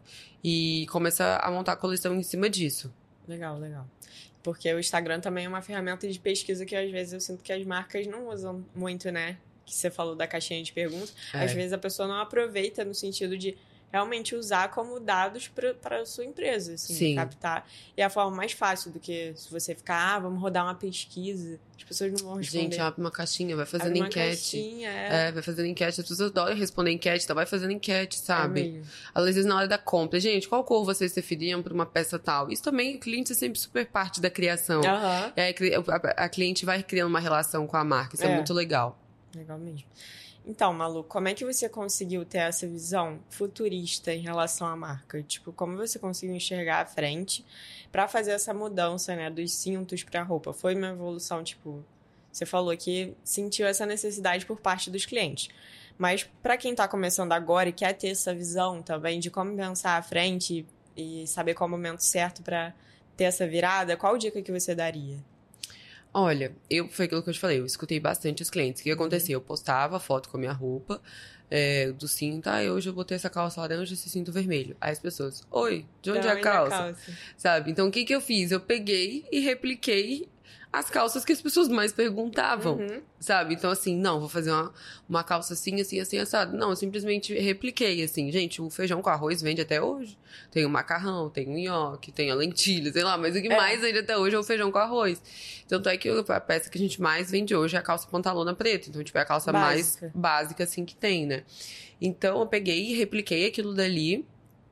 E começa a montar a coleção em cima disso. Legal, legal. Porque o Instagram também é uma ferramenta de pesquisa que às vezes eu sinto que as marcas não usam muito, né? Que você falou da caixinha de perguntas. É. Às vezes a pessoa não aproveita no sentido de realmente usar como dados para a sua empresa, assim, Sim. captar. E é a forma mais fácil do que se você ficar, ah, vamos rodar uma pesquisa, as pessoas não vão responder. Gente, abre uma caixinha, vai fazendo abre uma enquete. Caixinha, é. é, vai fazendo enquete. As pessoas adoram responder enquete, então vai fazendo enquete, sabe? É mesmo. Às vezes na hora da compra, gente, qual cor vocês preferiam para uma peça tal? Isso também, o cliente é sempre super parte da criação. Aham. E aí, a, a cliente vai criando uma relação com a marca, isso é, É. muito legal. Legal mesmo. Então, Malu, como é que você conseguiu ter essa visão futurista em relação à marca? Tipo, como você conseguiu enxergar à frente para fazer essa mudança, né, dos cintos para roupa? Foi uma evolução, tipo, você falou que sentiu essa necessidade por parte dos clientes. Mas para quem está começando agora e quer ter essa visão também de como pensar à frente e saber qual é o momento certo para ter essa virada, qual dica que você daria? Olha, eu, foi aquilo que eu te falei, eu escutei bastante os clientes. O que acontecia? Eu postava foto com a minha roupa, é, do cinto, ah, hoje eu botei essa calça laranja e esse cinto vermelho. Aí as pessoas, oi, de onde é a calça? calça? Sabe? Então, o que que eu fiz? Eu peguei e repliquei as calças que as pessoas mais perguntavam, Uhum. sabe? Então, assim, não, vou fazer uma, uma calça assim, assim, assim, assado. Não, eu simplesmente repliquei, assim. Gente, o feijão com arroz vende até hoje. Tem o macarrão, tem o nhoque, tem a lentilha, sei lá. Mas o que É. mais vende até hoje é o feijão com arroz. Tanto é que a peça que a gente mais vende hoje é a calça pantalona preta. Então, tipo, é a calça Básica. mais básica, assim, que tem, né? Então, eu peguei e repliquei aquilo dali.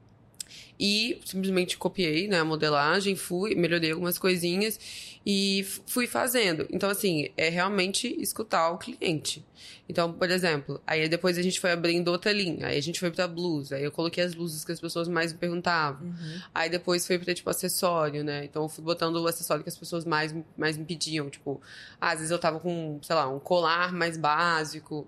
E simplesmente copiei, né, a modelagem, fui, melhorei algumas coisinhas e fui fazendo. Então, assim, é realmente escutar o cliente. Então, por exemplo, aí depois a gente foi abrindo outra linha, aí a gente foi pra blusa, aí eu coloquei as blusas que as pessoas mais me perguntavam. Uhum. Aí depois foi pra, tipo, acessório, né? Então eu fui botando o acessório que as pessoas mais, mais me pediam. Tipo, às vezes eu tava com, sei lá, um colar mais básico.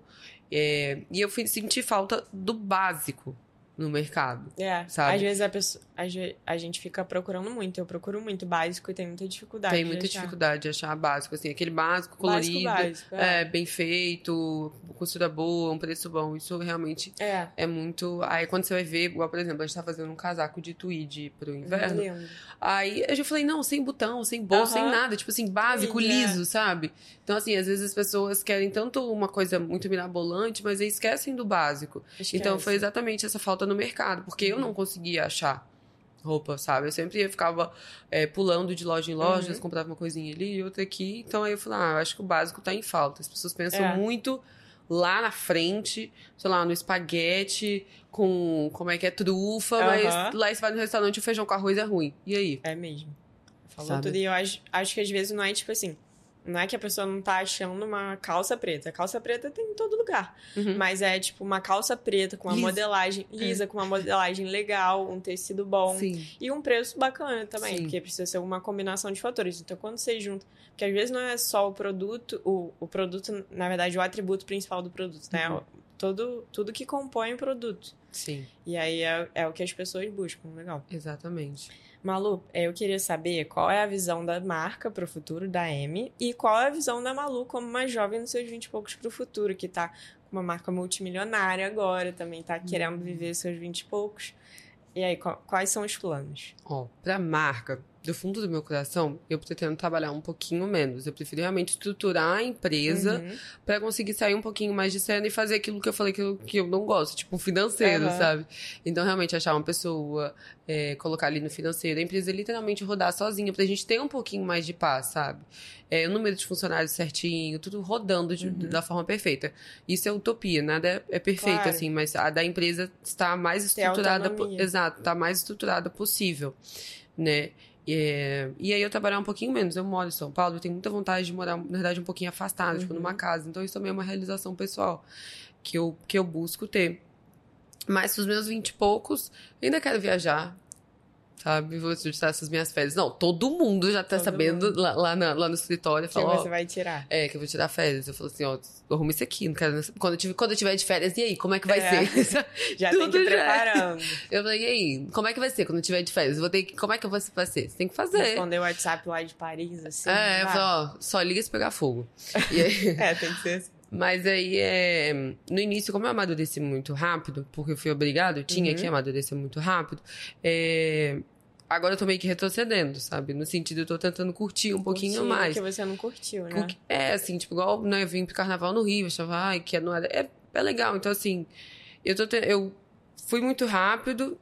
É, e eu fui sentir falta do básico no mercado. É, sabe? às vezes a, pessoa, a, ge- a gente fica procurando muito. Eu procuro muito básico e tenho muita dificuldade. Tem de muita achar. dificuldade de achar básico, assim, aquele básico colorido, Básico, básico, é. é, bem feito, costura boa, um preço bom. Isso realmente É, é muito. Aí quando você vai ver, igual, por exemplo, a gente tá fazendo um casaco de tweed pro inverno. lindo. Aí eu já falei, não, sem botão, sem bolsa, sem Aham. nada, tipo assim, básico, Tweed, liso, sabe? Então, assim, às vezes as pessoas querem tanto uma coisa muito mirabolante, mas aí esquecem do básico. Esquece. Então foi exatamente essa falta no mercado, porque eu não conseguia achar roupa, sabe? Eu sempre ia, ficava é, pulando de loja em loja, Uhum. comprava uma coisinha ali e outra aqui. Então aí eu falei, ah, eu acho que o básico tá em falta. As pessoas pensam É. muito lá na frente, sei lá, no espaguete, com como é que é, trufa, Aham. mas lá você vai no restaurante e o feijão com arroz é ruim. E aí? É mesmo. Falou Sabe? tudo. E eu acho, acho que às vezes não é tipo assim. Não é que a pessoa não tá achando uma calça preta. A calça preta tem em todo lugar. Uhum. Mas é tipo uma calça preta com uma Lisa. modelagem lisa, com uma modelagem legal, um tecido bom. Sim. E um preço bacana também, Sim. porque precisa ser uma combinação de fatores. Então, quando você junta... Porque às vezes não é só o produto, o, o produto, na verdade, o atributo principal do produto, né? Uhum. Todo, tudo que compõe o produto. Sim, E aí é, é o que as pessoas buscam, legal. exatamente. Malu, eu queria saber qual é a visão da marca pro futuro, da M, e qual é a visão da Malu como uma jovem nos seus vinte e poucos pro futuro, que tá com uma marca multimilionária agora, também tá querendo viver seus vinte e poucos. E aí, qual- quais são os planos? Ó, pra marca, do fundo do meu coração, eu pretendo trabalhar um pouquinho menos. Eu prefiro realmente estruturar a empresa Uhum. pra conseguir sair um pouquinho mais de cena e fazer aquilo que eu falei que eu, que eu não gosto, tipo um financeiro, Aham. sabe? Então, realmente, achar uma pessoa, é, colocar ali no financeiro, a empresa literalmente rodar sozinha, pra gente ter um pouquinho mais de paz, sabe? É, o número de funcionários certinho, tudo rodando de- Uhum. da forma perfeita. Isso é utopia, nada é, é perfeito, Claro. assim, mas a da empresa está mais Ter estruturada. po- autonomia. Exato, tá mais estruturada possível, né? É, e aí eu trabalhar um pouquinho menos. Eu moro em São Paulo, eu tenho muita vontade de morar, na verdade, um pouquinho afastada, tipo, Uhum. numa casa. Então isso também é uma realização pessoal que eu, que eu busco ter. Mas pros meus vinte e poucos, eu ainda quero viajar, sabe? Vou tirar essas minhas férias. Não, todo mundo já tá Todo sabendo mundo. lá, lá, na- lá no escritório. Que Fala, ó, você vai tirar. é, que eu vou tirar férias. Eu falo assim, ó, arruma isso aqui, não quero... Quando eu, tiver, quando eu tiver de férias, e aí, como é que vai É. ser? Já tem que Tudo ir já. preparando. Eu falei, e aí, como é que vai ser quando eu tiver de férias? Eu vou ter que... Como é que eu vou fazer? Você tem que fazer. Responder o WhatsApp lá de Paris, assim. É, eu vai. falei, ó, só liga se pegar fogo. E aí, É, tem que ser assim. mas aí, é, no início, como eu amadureci muito rápido, porque eu fui obrigado, eu tinha Uhum. que amadurecer muito rápido, é, agora eu tô meio que retrocedendo, sabe? No sentido, eu tô tentando curtir um pouquinho Curtir mais. que você não curtiu, né? Porque- É, assim, tipo, igual, né, eu vim pro carnaval no Rio, eu achava, ai, que não era... É, é legal, então, assim, eu tô... te- eu fui muito rápido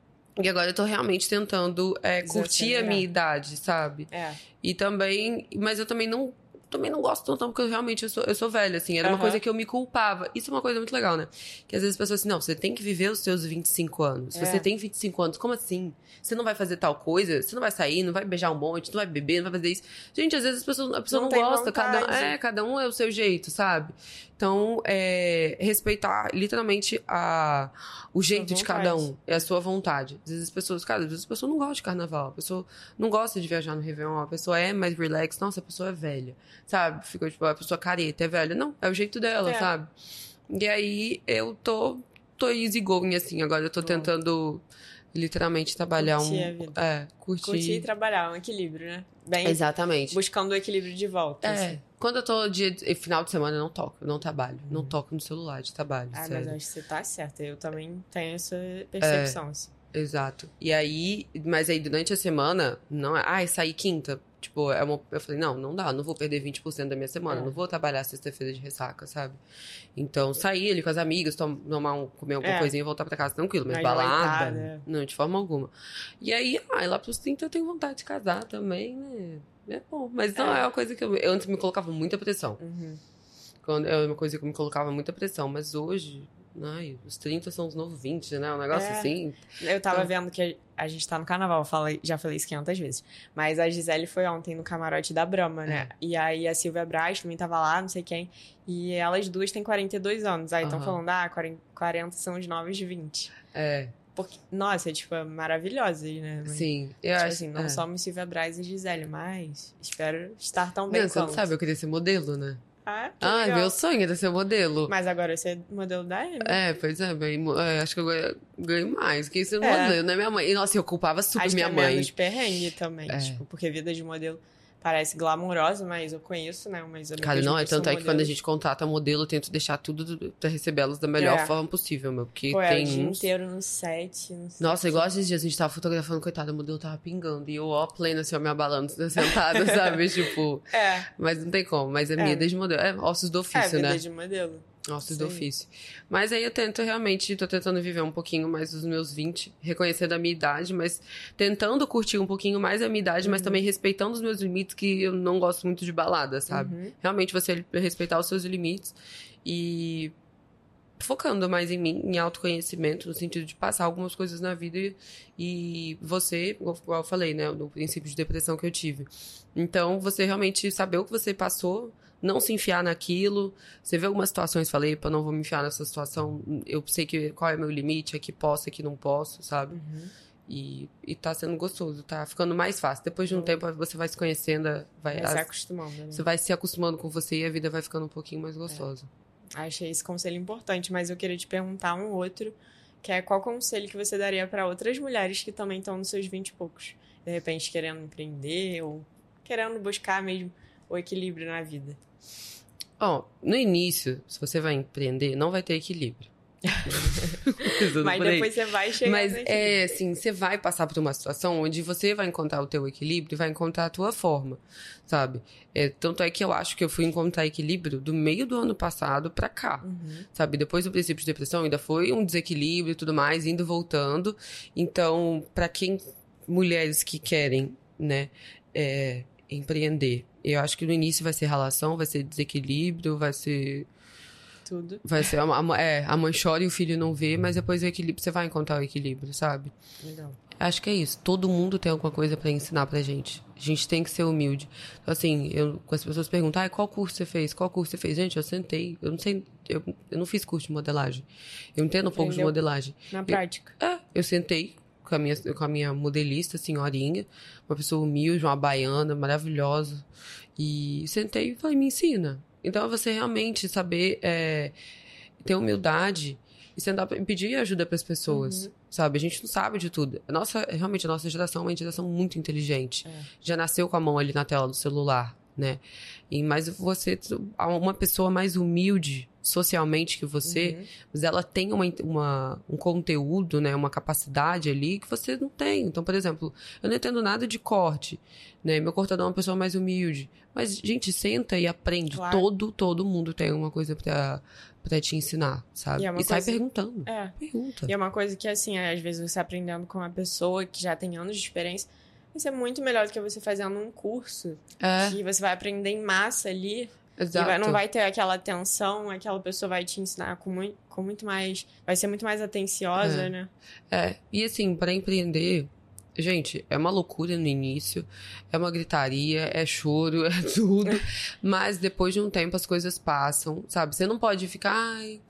e agora eu tô realmente tentando é, curtir a minha idade, sabe? É. E também... Mas eu também não... Também não gosto tanto, porque eu realmente eu sou, eu sou velha, assim. Era uhum. uma coisa que eu me culpava. Isso é uma coisa muito legal, né? Que às vezes as pessoas assim, não, você tem que viver os seus vinte e cinco anos. É. Você tem vinte e cinco anos, como assim? Você não vai fazer tal coisa? Você não vai sair, não vai beijar um monte, não vai beber, não vai fazer isso. Gente, às vezes as pessoas, a pessoa não, não gosta. Cada, é, cada um é o seu jeito, sabe? Então, é, respeitar literalmente a, o jeito de cada um. É a sua vontade. Às vezes as pessoas, cara, às vezes a pessoa não gosta de carnaval. A pessoa não gosta de viajar no Réveillon. A pessoa é mais relax. Nossa, a pessoa é velha, sabe? Ficou tipo, a pessoa careta, é velha. Não, é o jeito dela, é. sabe? E aí, eu tô, tô easy going, assim. Agora eu tô Bom. tentando... literalmente trabalhar curtir um... a vida. É, curtir. Curtir e trabalhar, um equilíbrio, né? Bem, exatamente. Buscando o equilíbrio de volta. É. Assim. Quando eu tô dia de, final de semana, eu não toco, eu não trabalho. Hum. Não toco no celular de trabalho, Ah, sério. mas acho que você tá certa. Eu também tenho essa percepção, é, assim. Exato. E aí, mas aí durante a semana, não é... Ai, saí quinta. Tipo, é uma, eu falei, não, não dá, não vou perder vinte por cento da minha semana, é. não vou trabalhar sexta-feira de ressaca, sabe? Então, sair ali com as amigas, tomar um, comer alguma é. coisinha e voltar pra casa tranquilo, mas, mas balada, noitada. Não, de forma alguma. E aí, ai, lá pros trinta eu tenho vontade de casar também, né? É bom, mas não é, é uma coisa que eu, eu antes me colocava muita pressão. Uhum. Quando, é uma coisa que me colocava muita pressão, mas hoje... Ai, os trinta são os novos vinte, né? Um negócio é. assim. Eu tava então... vendo que a gente tá no carnaval, falei, já falei isso quinhentas vezes. Mas a Gisele foi ontem no camarote da Brahma, né? É. E aí a Silvia Braz também tava lá, não sei quem. E elas duas têm quarenta e dois anos. Aí estão uhum. falando, ah, quarenta são os novos de vinte. É. Porque, nossa, tipo, é maravilhosas, né? Mas, sim, eu tipo acho. assim, não é. somos Silvia Braz e Gisele, mas espero estar tão bem não, quanto. Você não sabe, eu queria ser modelo, né? Ah, ah legal. Meu sonho era ser modelo. Mas agora você é modelo da M. É, pois é, bem, é acho que eu ganho, ganho mais que ser é. modelo, né? Minha mãe. E, nossa, eu culpava super acho minha que mãe. É menos perrengue também, é. tipo, porque vida de modelo parece glamourosa, mas eu conheço, né? Mas cara, não, é tanto é que quando a gente contrata modelo, eu tento deixar tudo pra receber elas da melhor é. forma possível, meu. Porque Pô, tem é o dia uns... inteiro no set. No set. Nossa, igual esses dias a gente tava fotografando, coitada, o modelo tava pingando. E eu, ó, plena, assim, ó, me abalando, sentada, sabe? Tipo... É. Mas não tem como. Mas é, é. vida de modelo. É ossos do ofício, é, né? É, vida de modelo. Ossos do ofício. Mas aí eu tento realmente, tô tentando viver um pouquinho mais dos meus vinte, reconhecendo a minha idade, mas tentando curtir um pouquinho mais a minha idade, uhum. mas também respeitando os meus limites, que eu não gosto muito de balada, sabe? Uhum. Realmente você respeitar os seus limites e focando mais em mim, em autoconhecimento, no sentido de passar algumas coisas na vida e, e você, igual eu falei, né, no princípio de depressão que eu tive. Então, você realmente saber o que você passou, não se enfiar naquilo. Você vê algumas situações, falei, pô, não vou me enfiar nessa situação, eu sei que, qual é o meu limite, aqui posso, aqui não posso, sabe? Uhum. E, e tá sendo gostoso, tá ficando mais fácil. Depois de um uhum. tempo, você vai se conhecendo, vai, vai as, se acostumando, né? Você vai se acostumando com você e a vida vai ficando um pouquinho mais gostosa. É. Achei esse conselho importante, mas eu queria te perguntar um outro, que é qual conselho que você daria para outras mulheres que também estão nos seus vinte e poucos? De repente querendo empreender ou querendo buscar mesmo o equilíbrio na vida. Ó, oh, no início, se você vai empreender, não vai ter equilíbrio. Mas depois você vai chegar Mas é assim, você vai passar por uma situação onde você vai encontrar o teu equilíbrio e vai encontrar a tua forma, sabe? É, tanto é que eu acho que eu fui encontrar equilíbrio do meio do ano passado pra cá, uhum. sabe? Depois do princípio de depressão ainda foi um desequilíbrio e tudo mais, indo voltando. Então, pra quem, mulheres que querem, né, é, empreender, eu acho que no início vai ser relação, vai ser desequilíbrio, vai ser... Tudo. Vai ser, a, a, é, a mãe chora e o filho não vê, mas depois o equilíbrio, você vai encontrar o equilíbrio, sabe? Legal. Acho que é isso. Todo mundo tem alguma coisa pra ensinar pra gente. A gente tem que ser humilde. Então, assim, eu, quando as pessoas perguntam, ah, qual curso você fez? Qual curso você fez? Gente, eu sentei. Eu não sei, eu, eu não fiz curso de modelagem. Eu entendo um pouco de modelagem. Na prática. Eu, é, eu sentei com a, minha, com a minha modelista, senhorinha, uma pessoa humilde, uma baiana, maravilhosa. E sentei e falei, me ensina. Então, é você realmente saber é, ter humildade e sentar e pedir ajuda para as pessoas, uhum. sabe? A gente não sabe de tudo. A nossa, realmente, a nossa geração é uma geração muito inteligente. É. Já nasceu com a mão ali na tela do celular, né? E mais você, uma pessoa mais humilde socialmente que você, Uhum. mas ela tem uma, uma, um conteúdo, né? Uma capacidade ali que você não tem. Então, por exemplo, eu não entendo nada de corte, né? Meu cortador é uma pessoa mais humilde. Mas, gente, senta e aprende. Claro. Todo, todo mundo tem uma coisa pra, pra te ensinar, sabe? E E, é uma sai coisa- perguntando. É. Pergunta. E é uma coisa que, assim, é, às vezes você aprendendo com uma pessoa que já tem anos de experiência, vai ser muito melhor do que você fazendo um curso. É, Que você vai aprender em massa ali. exato. E vai- não vai ter aquela atenção, aquela pessoa vai te ensinar com muito, com muito mais... Vai ser muito mais atenciosa, É. né? É, e assim, para empreender, gente, é uma loucura no início, é uma gritaria, é choro, é tudo, mas depois de um tempo as coisas passam, sabe? Você não pode ficar, ai,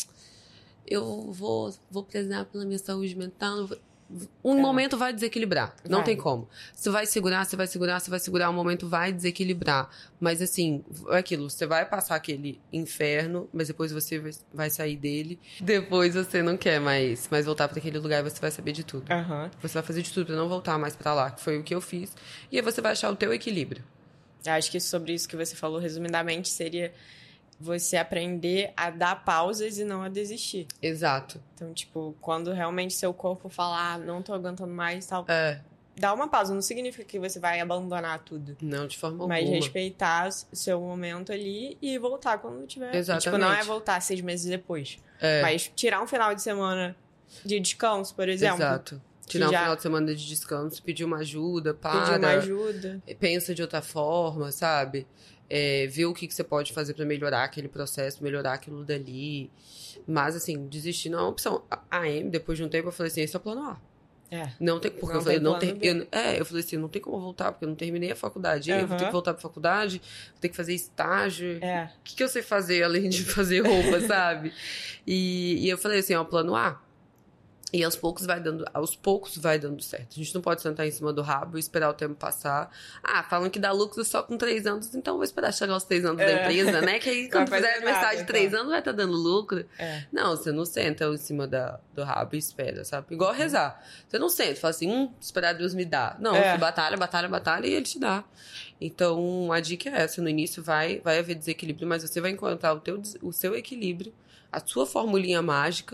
eu vou, vou prezar pela minha saúde mental. Um É. momento vai desequilibrar, não Vai. tem como. Você vai segurar, você vai segurar, você vai segurar, um momento vai desequilibrar. Mas assim, é aquilo, você vai passar aquele inferno, mas depois você vai- vai sair dele. Depois você não quer mais, mais voltar para aquele lugar, você vai saber de tudo. Aham. Você vai fazer de tudo pra não voltar mais pra lá, que foi o que eu fiz. E aí você vai achar o teu equilíbrio. Eu acho que sobre isso que você falou, resumidamente, seria você aprender a dar pausas e não a desistir. Exato. Então, tipo, quando realmente seu corpo falar, ah, não tô aguentando mais e tal, É, dá uma pausa. Não significa que você vai abandonar tudo. não de forma Mas alguma. respeitar o seu momento ali e voltar quando tiver. E, tipo, Exatamente. não é voltar seis meses depois. É, Mas tirar um final de semana de descanso, por exemplo. exato. Tirar um já- final de semana de descanso, pedir uma ajuda, para, Pedir uma ajuda. pensa de outra forma, sabe? É, ver o que, que você pode fazer pra melhorar aquele processo, melhorar aquilo dali. Mas, assim, desistir não é uma opção. A a Amy, depois de um tempo, eu falei assim, esse é o plano A. É. Não tem, porque Não eu falei, tem não plano tem, B. eu, é, eu falei assim, não tem como voltar, porque eu não terminei a faculdade. E aí eu vou ter Aham. que voltar pra faculdade, vou ter que fazer estágio. É. O que, que eu sei fazer além de fazer roupa, sabe? E, e eu falei assim, ó, plano A. E aos poucos vai dando, aos poucos vai dando certo. A gente não pode sentar em cima do rabo e esperar o tempo passar. Ah, falam que dá lucro só com três anos, então vou esperar chegar aos três anos da É. empresa, né? Que aí Vai quando fazer fizer aniversário nada, de três então. anos vai estar dando lucro. É. Não, você não senta em cima da, do rabo e espera, sabe? Igual rezar. Você não senta, fala assim, hum, esperar Deus me dar. Não, É. você batalha, batalha, batalha e ele te dá. Então, a dica é essa. No início vai, vai haver desequilíbrio, mas você vai encontrar o, teu, des- o seu equilíbrio, a sua formulinha mágica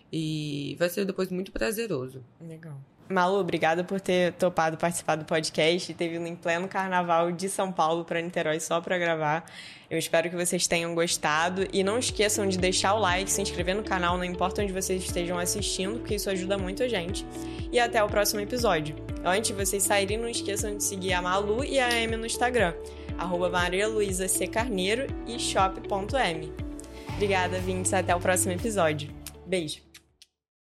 e vai ser depois muito prazeroso. Legal. Malu, obrigada por ter topado participar do podcast e ter vindo em pleno carnaval de São Paulo para Niterói só para gravar. Eu espero que vocês tenham gostado e não esqueçam de deixar o like, se inscrever no canal, não importa onde vocês estejam assistindo, porque isso ajuda muito a gente. E até o próximo episódio. Antes de vocês saírem, não esqueçam de seguir a Malu e a Amy no Instagram, arroba Maria Luísa C. Carneiro e shop ponto m. Obrigada, vintes, até o próximo episódio. Beijo!